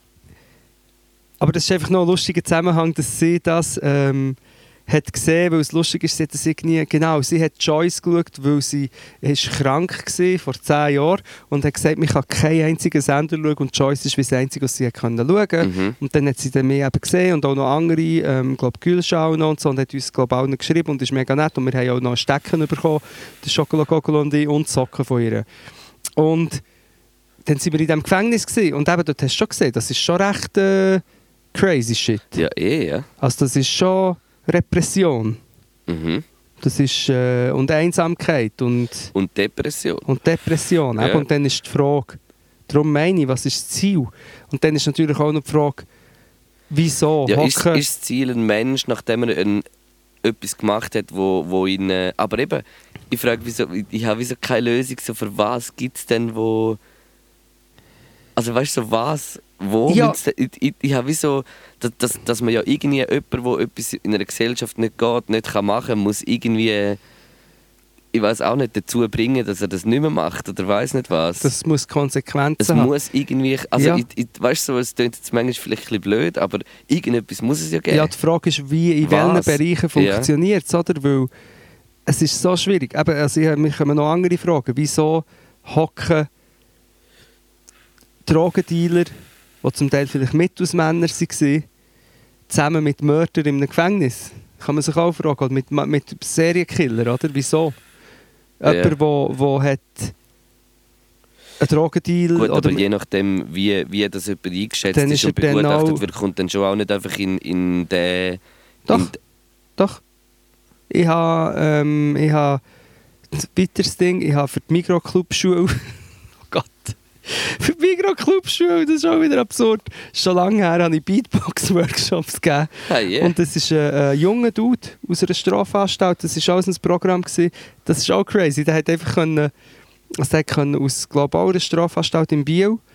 Aber das ist einfach noch ein lustiger Zusammenhang, dass sie das ähm, hat gesehen, weil es lustig ist, sie hat das irgendwie, genau, sie hat Joyce geschaut, weil sie ist krank war vor zehn Jahren und hat gesagt, man kann keinen einzigen Sender schauen und Joyce ist wie das Einzige, was sie hat können schauen konnte. Mhm. Und dann hat sie dann mehr eben gesehen und auch noch andere, ähm, glaube Gülschau noch und so, und hat uns glaube auch noch geschrieben und ist mega nett und wir haben auch noch ein Stecken bekommen, das Schokolade und ich und Socken von ihr. Und dann sind wir in diesem Gefängnis gewesen. Und eben, dort hast du schon gesehen, das ist schon recht äh, crazy shit. Ja, eh, ja. Also das ist schon Repression. Mhm. Das ist, äh, und Einsamkeit und, Und Depression. und Depression. Ja. Eben, und dann ist die Frage, darum meine ich, was ist das Ziel? Und dann ist natürlich auch noch die Frage, wieso Ja, ist, hocken... ist das Ziel ein Mensch, nachdem er ein, etwas gemacht hat, wo, wo ihn... Äh, aber eben, ich frage, wieso, ich, ich habe wieso keine Lösung, so für was gibt es denn, wo... Also weißt du, so was, wo... Ja. willst du- Ich, ich, ich habe wieso, dass, dass, dass man ja irgendwie jemand, wo etwas in einer Gesellschaft nicht geht, nicht kann machen, muss irgendwie... Ich weiß auch nicht, dazu bringen, dass er das nicht mehr macht oder weiß nicht was. Das muss Konsequenzen Es haben. muss irgendwie, also Ja. ich, ich, weißt du, so, es klingt jetzt manchmal vielleicht ein bisschen blöd, aber irgendetwas muss es ja geben. Ja, die Frage ist, wie, in Was? welchen Bereichen funktioniert es, oder? Weil es ist so schwierig. Eben, also ich, mich kommen noch andere Fragen. Wieso hocken Drogendealer, die zum Teil vielleicht Mittausmänner waren, zusammen mit Mördern in einem Gefängnis? Kann man sich auch fragen. Oder mit, mit Serienkiller, oder? Wieso? Ja. Jemand, der wo hat einen Drogendeal... Gut, oder aber je nachdem, wie, wie das jemand eingeschätzt Dann ist ist und er dann begutachtet auch- wird, kommt dann schon auch nicht einfach in, in den... Doch. In, Doch. Ich habe ähm, ich ha ein weiteres Ding. Ich habe für die Migros-Clubschule... oh Gott. Für die Migros-Clubschule, das ist auch wieder absurd. Schon lange her habe ich Beatbox-Workshops gegeben. hey, yeah. Und das ist ein, ein junger Dude aus einer Strafanstalt. Das war auch ein Programm. Gewesen. Das ist auch crazy. Der hat einfach können, also der hat können aus, glaube ich, auch einer Strafanstalt in Biel.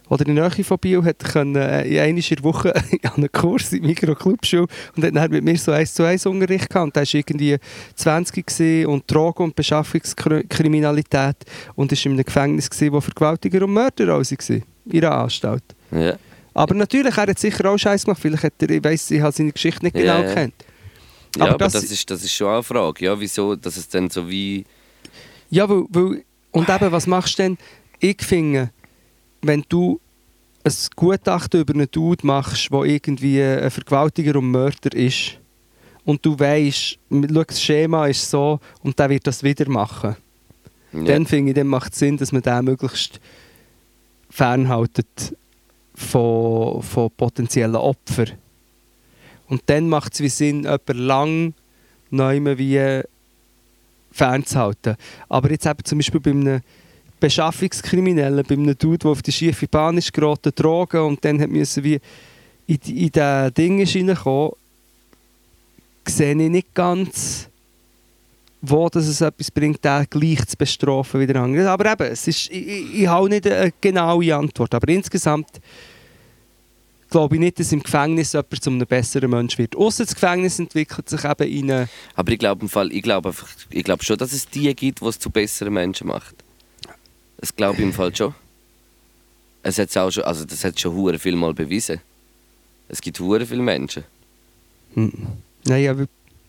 oder in der Nähe von Biel, hat können, äh, in einer in der Woche an einen Kurs in der Mikro-Clubschule und hat dann mit mir so eins zu eins Unterricht gehabt. Und der war irgendwie zwanzig gewesen und Drogen- und Beschaffungskriminalität und war in einem Gefängnis, gewesen, wo Vergewaltiger und Mörder alle waren, in einer Anstalt. Ja. Aber natürlich, er hat sicher auch Scheiß gemacht. Vielleicht hat er, ich weiss, ich habe seine Geschichte nicht genau ja, ja. kennt. Ja, aber, aber das, das, ist, das ist schon eine Frage. Ja, wieso, dass es dann so wie... Ja, weil, weil, und eben, was machst du denn? Ich finde, wenn du ein Gutachten über einen Dude machst, der irgendwie ein Vergewaltiger und Mörder ist, und du weisst, schau, das Schema ist so, und der wird das wieder machen, Ja. dann finde ich, dann macht es Sinn, dass man den möglichst fernhaltet von, von potenziellen Opfern. Und dann macht es wie Sinn, jemanden lang neu wie fernzuhalten. Aber jetzt eben zum Beispiel bei einem Beschaffungskriminellen, bei einem Dude, der auf die schiefe Bahn ist geraten, Drogen und dann hat müssen wie in, die, in diesen Dinge reinkommen, sehe ich nicht ganz, wo das es etwas bringt, den gleich zu bestrafen wie der andere. Aber eben, es ist, ich, ich, ich habe nicht eine genaue Antwort. Aber insgesamt glaube ich nicht, dass im Gefängnis jemand zu einem besseren Mensch wird. Ausser das Gefängnis entwickelt sich eben in eine... Aber ich glaube im Fall, ich glaube einfach, ich glaube schon, dass es die gibt, die es zu besseren Menschen macht. Das glaube ich im Fall schon. Es hat's auch schon, also das hat schon hure viel mal bewiesen. Es gibt hure viele Menschen. Hm. Nein, aber...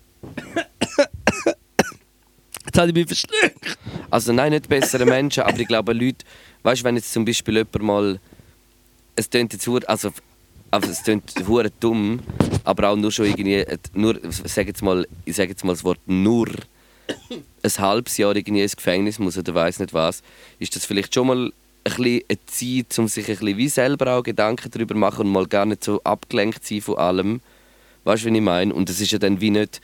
Jetzt habe ich mich verschluckt. Also nein, nicht bessere Menschen, aber ich glaube Leute, weißt du, wenn jetzt zum Beispiel jemand mal, es klingt jetzt hure, also, also es klingt hure dumm, aber auch nur schon irgendwie, nur, ich sage jetzt mal, ich sage jetzt mal das Wort nur, ein halbes Jahr irgendwie ins Gefängnis muss oder weiss nicht was, ist das vielleicht schon mal ein bisschen eine Zeit, um sich ein bisschen wie selber auch Gedanken darüber zu machen und mal gar nicht so abgelenkt zu sein von allem. Weißt du, wie ich meine? Und es ist ja dann wie nicht...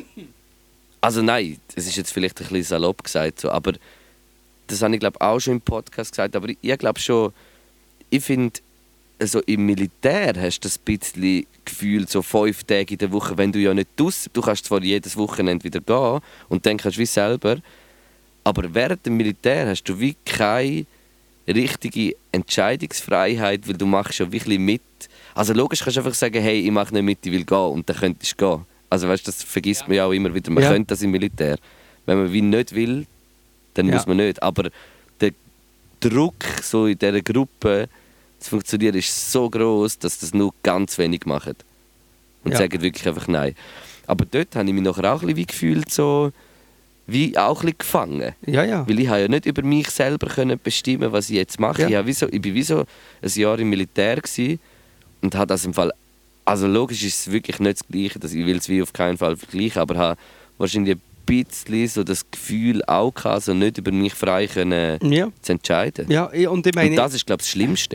Also nein, es ist jetzt vielleicht ein bisschen salopp gesagt, so, aber das habe ich glaube auch schon im Podcast gesagt, aber ich, ich glaube schon, ich finde, also im Militär hast du das ein bisschen Gefühl, so fünf Tage in der Woche, wenn du ja nicht draussen, du kannst zwar jedes Wochenende wieder gehen und dann kannst du wie selber, aber während dem Militär hast du wie keine richtige Entscheidungsfreiheit, weil du machst ja wirklich mit. Also logisch kannst du einfach sagen, hey, ich mache nicht mit, ich will gehen und dann könntest du gehen. Also weißt, das vergisst man ja auch immer wieder. Man ja. könnte das im Militär. Wenn man wie nicht will, dann ja. muss man nicht. Aber der Druck so in dieser Gruppe zu funktionieren ist so groß, dass das nur ganz wenig machen. Und ja. sagen wirklich einfach nein. Aber dort habe ich mich nachher auch ein bisschen wie gefühlt, so wie auch ein bisschen gefangen. Ja, ja. Weil ich ja nicht über mich selber können bestimmen, was ich jetzt mache. Ja. Ich, wie so, ich war wie so ein Jahr im Militär gewesen und habe das im Fall... Also logisch ist es wirklich nicht das Gleiche, dass ich will es wie auf keinen Fall vergleichen, aber habe wahrscheinlich ein bisschen so das Gefühl auch gehabt, so nicht über mich frei können ja. zu entscheiden. Ja, und, ich meine, und das ist, glaube ich, das Schlimmste.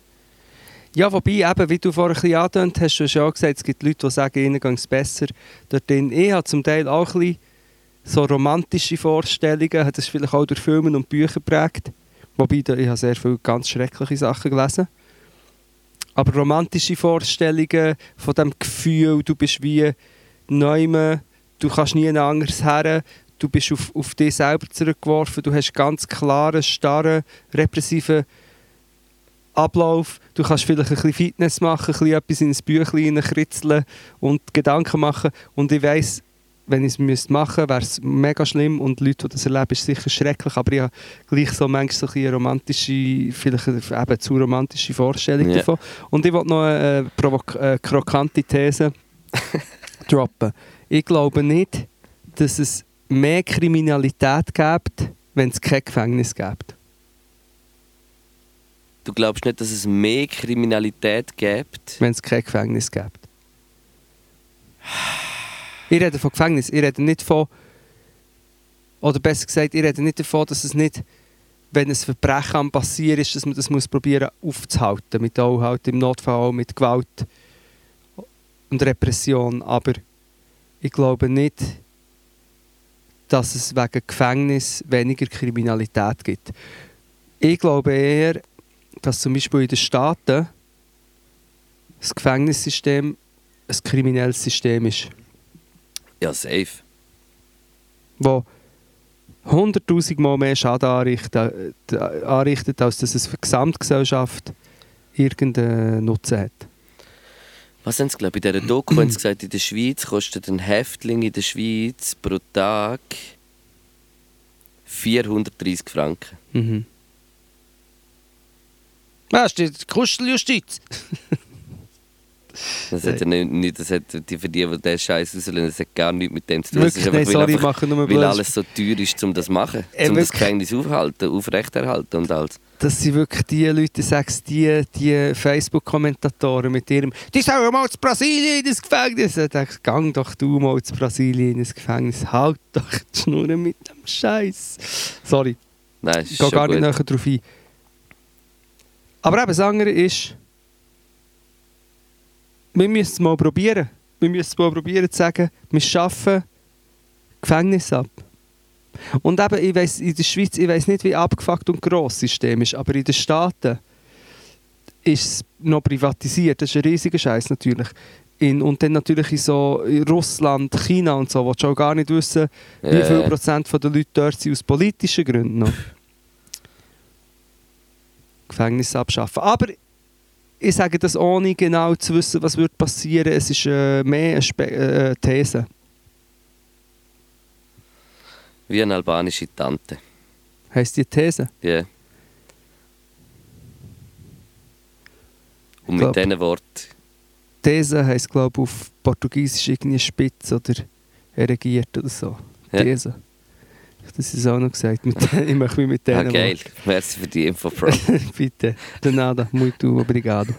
Ja, wobei, eben, wie du vorhin ein bisschen angetönt hast, du hast ja auch gesagt, es gibt Leute, die sagen, ihnen geht es besser. Dorthin. Ich habe zum Teil auch ein bisschen so romantische Vorstellungen, das ist vielleicht auch durch Filme und Bücher geprägt. Wobei, ich habe sehr viele ganz schreckliche Sachen gelesen. Aber romantische Vorstellungen von dem Gefühl, du bist wie Neumann, du kannst nie anders her, du bist auf, auf dich selber zurückgeworfen, du hast ganz klaren, starren, repressiven Ablauf, du kannst vielleicht ein bisschen Fitness machen, ein bisschen etwas in ein Büchlein kritzeln und Gedanken machen. Und ich weiss, wenn ich es machen müsste, wäre es mega schlimm und Leute, die das erleben, ist sicher schrecklich, aber ich habe gleich so manchmal so eine romantische, vielleicht eben zu romantische Vorstellung yeah. davon. Und ich will noch eine, provok- eine krokante These droppen. Ich glaube nicht, dass es mehr Kriminalität gibt, wenn es kein Gefängnis gibt. Du glaubst nicht, dass es mehr Kriminalität gibt? Wenn es kein Gefängnis gibt. Ich rede von Gefängnis, ich rede nicht von, oder besser gesagt, ich rede nicht davon, dass es nicht, wenn ein Verbrechen am passieren ist, dass man das muss probieren aufzuhalten, mit auch halt im Notfall auch mit Gewalt und Repression, aber ich glaube nicht, dass es wegen Gefängnis weniger Kriminalität gibt. Ich glaube eher, dass zum Beispiel in den Staaten das Gefängnissystem ein kriminelles System ist. Ja, safe. Wo hunderttausend Mal mehr Schaden anrichtet, anrichtet, als dass es für die Gesamtgesellschaft irgendeinen Nutzen hat. Was haben sie, glaube ich, in dieser Doku haben sie gesagt, in der Schweiz kostet ein Häftling in der Schweiz pro Tag vierhundertdreissig Franken. Mhm. Ah, das ist die Kuscheljustiz. Das hat ja nicht, nicht das hat die für die, die diesen Scheiß rauslösen, das hat gar nichts mit dem zu tun. Wirklich, das ist nein, einfach, sorry, weil, machen nur weil blöd. alles so teuer ist, um das zu machen. Äh, um das wirklich. Gefängnis aufhalten, aufrechterhalten und alles. Das sind wirklich die Leute, sagst die, die Facebook-Kommentatoren mit ihrem «Die sollen mal zu Brasilien in das Gefängnis!» Ich denke, gang doch du mal zu Brasilien in das Gefängnis. Halt doch die Schnur mit dem Scheiß. Sorry, Nein, ich ist gehe schon gar nicht gut. näher drauf ein. Aber eben, das andere ist, wir müssen es mal probieren. Wir müssen es mal probieren zu sagen, wir schaffen Gefängnis ab. Und eben, ich weiss, in der Schweiz, ich weiss nicht, wie abgefuckt und gross das System ist, aber in den Staaten ist es noch privatisiert. Das ist ein riesiger Scheiß natürlich. In, und dann natürlich in so in Russland, China und so, wo du schon gar nicht wissen, wie Ja, viel ja. Prozent der Leute dort sind aus politischen Gründen noch. Gefängnis abschaffen. Aber ich sage das ohne genau zu wissen, was wird passieren. Es ist äh, mehr eine Spe äh, These. Wie eine albanische Tante. Heisst die These? Ja. Und Glaub- mit diesen Worten. These heisst, glaube ich, auf Portugiesisch irgendwie spitz oder regiert oder so. Ja. These. Das ist auch noch gesagt. Mit, ich mache mich mit Ah, denen. geil. Merci für die Info, Bro. Bitte. De nada. Muito obrigado.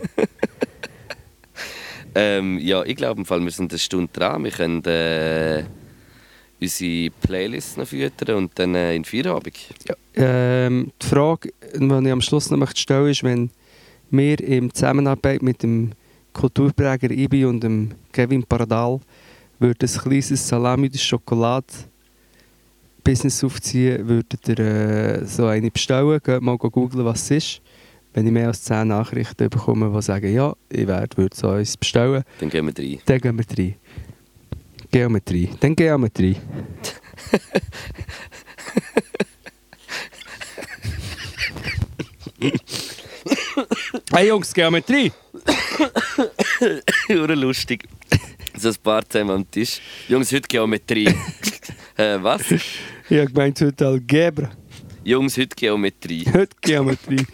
ähm, ja, ich glaube, im Fall, wir sind eine Stunde dran. Wir können äh, unsere Playlist noch füttern und dann äh, in Feierabend. Ähm, die Frage, die ich am Schluss noch möchte stellen, ist, wenn wir in Zusammenarbeit mit dem Kulturpräger Ibi und dem Kevin Paradal würde ein kleines Salami de Schokolade Business aufziehen, würdet ihr äh, so eine bestellen. Geht mal googeln, was es ist. Wenn ich mehr als zehn Nachrichten bekomme, die sagen, ja, ich werde würde so eins bestellen, Dann gehen wir rein. dann gehen wir rein. Geometrie. Dann Geometrie. Hey Jungs, Geometrie! Ure lustig. So ein paar zusammen am Tisch. Jungs, heute Geometrie. äh, was? Ich habe gemeint, heute Algebra. Jungs, heute Geometrie. Heute Geometrie.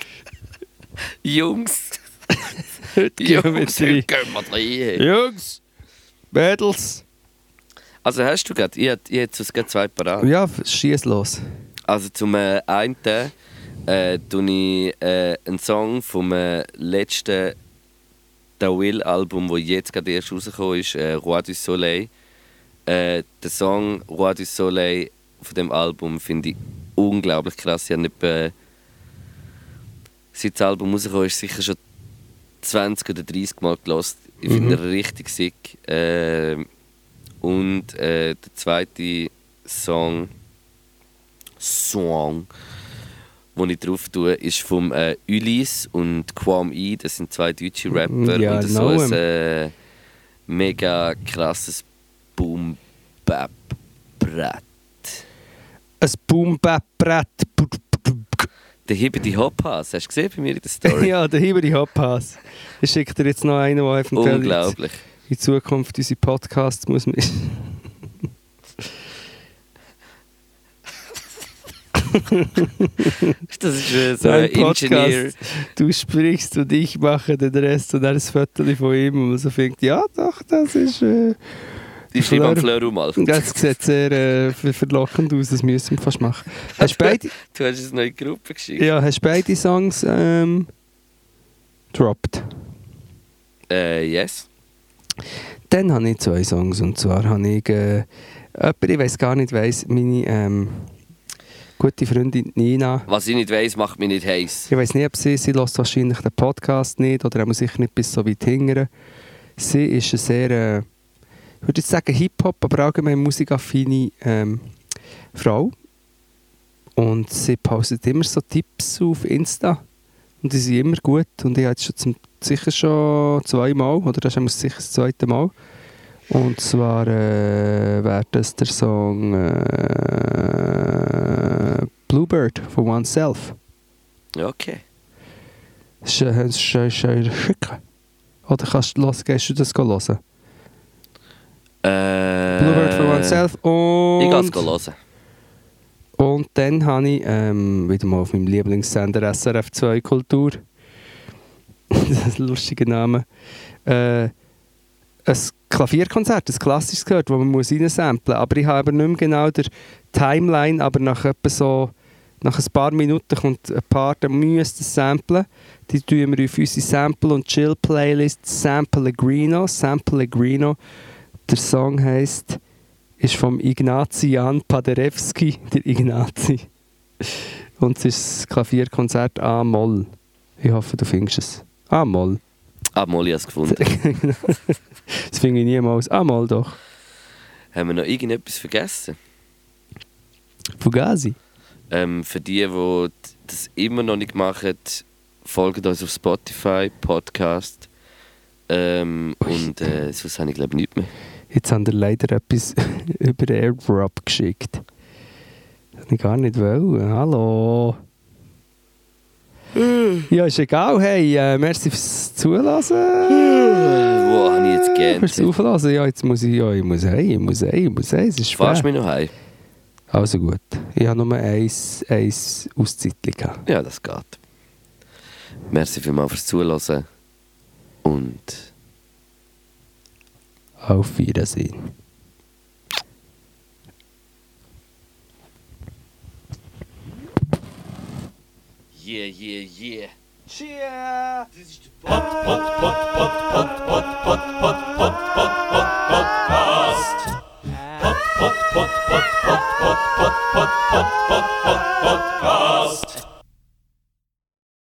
Jungs. Heute Jungs, Geometrie. heute Geometrie. Jungs! Mädels! Also hast du gerade, ich hätte ich hätte sonst gerade zwei parat. Ja, schieß los. Also zum äh, einen äh, tue ich äh, einen Song vom äh, letzten Da Will-Album, das jetzt gerade erst rausgekommen ist, äh, Roi du Soleil. Äh, der Song Roi du Soleil von dem Album finde ich unglaublich krass. Ich habe nicht, äh, seit das Album rausgekommen ist, sicher schon zwanzig oder dreißig Mal gehört. Ich finde Mhm. ihn richtig sick. Äh, und äh, der zweite Song, Song, den ich drauf tue, ist vom äh, Ulysse und Quam I. Das sind zwei deutsche Rapper. Ja, und so know ein him. äh, mega krasses Boom-Bap-Brett. Ein Boom-Bap-Brett. Der Hibbidi Hop-Hass, hast du gesehen bei mir in der Story? Ja, der Hiberi Hoppass. Ich schicke dir jetzt noch einen, der eventuell Unglaublich. in Zukunft unsere Podcasts muss man. Das ist äh, so Dein ein Ingenieur. Du sprichst und ich mache den Rest und dann ein Foto von ihm und man so denkt, ja doch, das ist... Äh, Ich schreibe am Fleur. Fleur mal. das sieht sehr äh, ver- verlockend aus, das müssen wir fast machen. Hast du beide, Du hast es noch in die Gruppe geschickt. ja, hast du beide Songs ähm, dropped? Äh, yes. Dann habe ich zwei Songs und zwar habe ich äh, jemand, ich weiß gar nicht, weiss, meine ähm, gute Freundin Nina. Was ich nicht weiss, macht mich nicht heiß. Ich weiß nicht, ob sie, sie hört wahrscheinlich den Podcast nicht oder muss sicher nicht bis so weit hingern. Sie ist eine sehr, äh, ich würde jetzt sagen Hip-Hop, aber allgemein musikaffine ähm, Frau. Und sie postet immer so Tipps auf Insta. Und die sind immer gut. Und ich habe jetzt schon zum, sicher schon zweimal, oder das ist sicher das zweite Mal. Und zwar äh, wäre das der Song äh, Bluebird von Oneself. Ja, okay. Schön, schön, schön schicken. Oder kannst du los, gehst du das hören? Äh, Bluebird for Oneself und... Ich gehe es hören. Und dann habe ich ähm, wieder mal auf meinem Lieblingssender S R F zwei Kultur, das ist ein lustiger Name, äh, ein Klavierkonzert, ein klassisches gehört, das man muss reinsamplen muss. Aber ich habe aber nicht mehr genau der Timeline, aber nach etwa so, nach ein paar Minuten kommt ein Part, der müsste es samplen. Die tun wir auf unsere Sample- und Chill-Playlist Samplegrino. Samplegrino. Der Song heisst, ist vom Ignacy Jan Paderewski, der Ignacy. Und es ist das Klavierkonzert A-Moll. Ich hoffe, du findest es. A-Moll. A-Moll, ich habe es gefunden. Das finde ich niemals. A-Moll doch. Haben wir noch irgendetwas vergessen? Fugazi. Ähm, für die, die das immer noch nicht machen, folgt uns auf Spotify, Podcast. Ähm, und äh, sonst habe ich glaube ich nichts mehr. Jetzt haben wir leider etwas über den Airdrop geschickt. Das wollte ich gar nicht wollen. Hallo. Ja, ist egal. Hey, äh, merci fürs Zuhören. Wo habe ich jetzt gern? Fürs Auflassen. Ja, jetzt muss ich, ja, ich muss heim, ich muss heim, ich muss heim. Es ist schwer. Fahrst du mich noch heim? Also gut. Ich habe nur eins, eins Auszeitchen gehabt. Ja, das geht. Merci vielmals fürs Zuhören. Und... Auf Wiedersehen. Yeah, yeah, yeah. Cheer! Das ist der Pod, Pod, Pod, Pod, Pod, Pod, Pod, Pod, Pod, Pod, Pod, Podcast.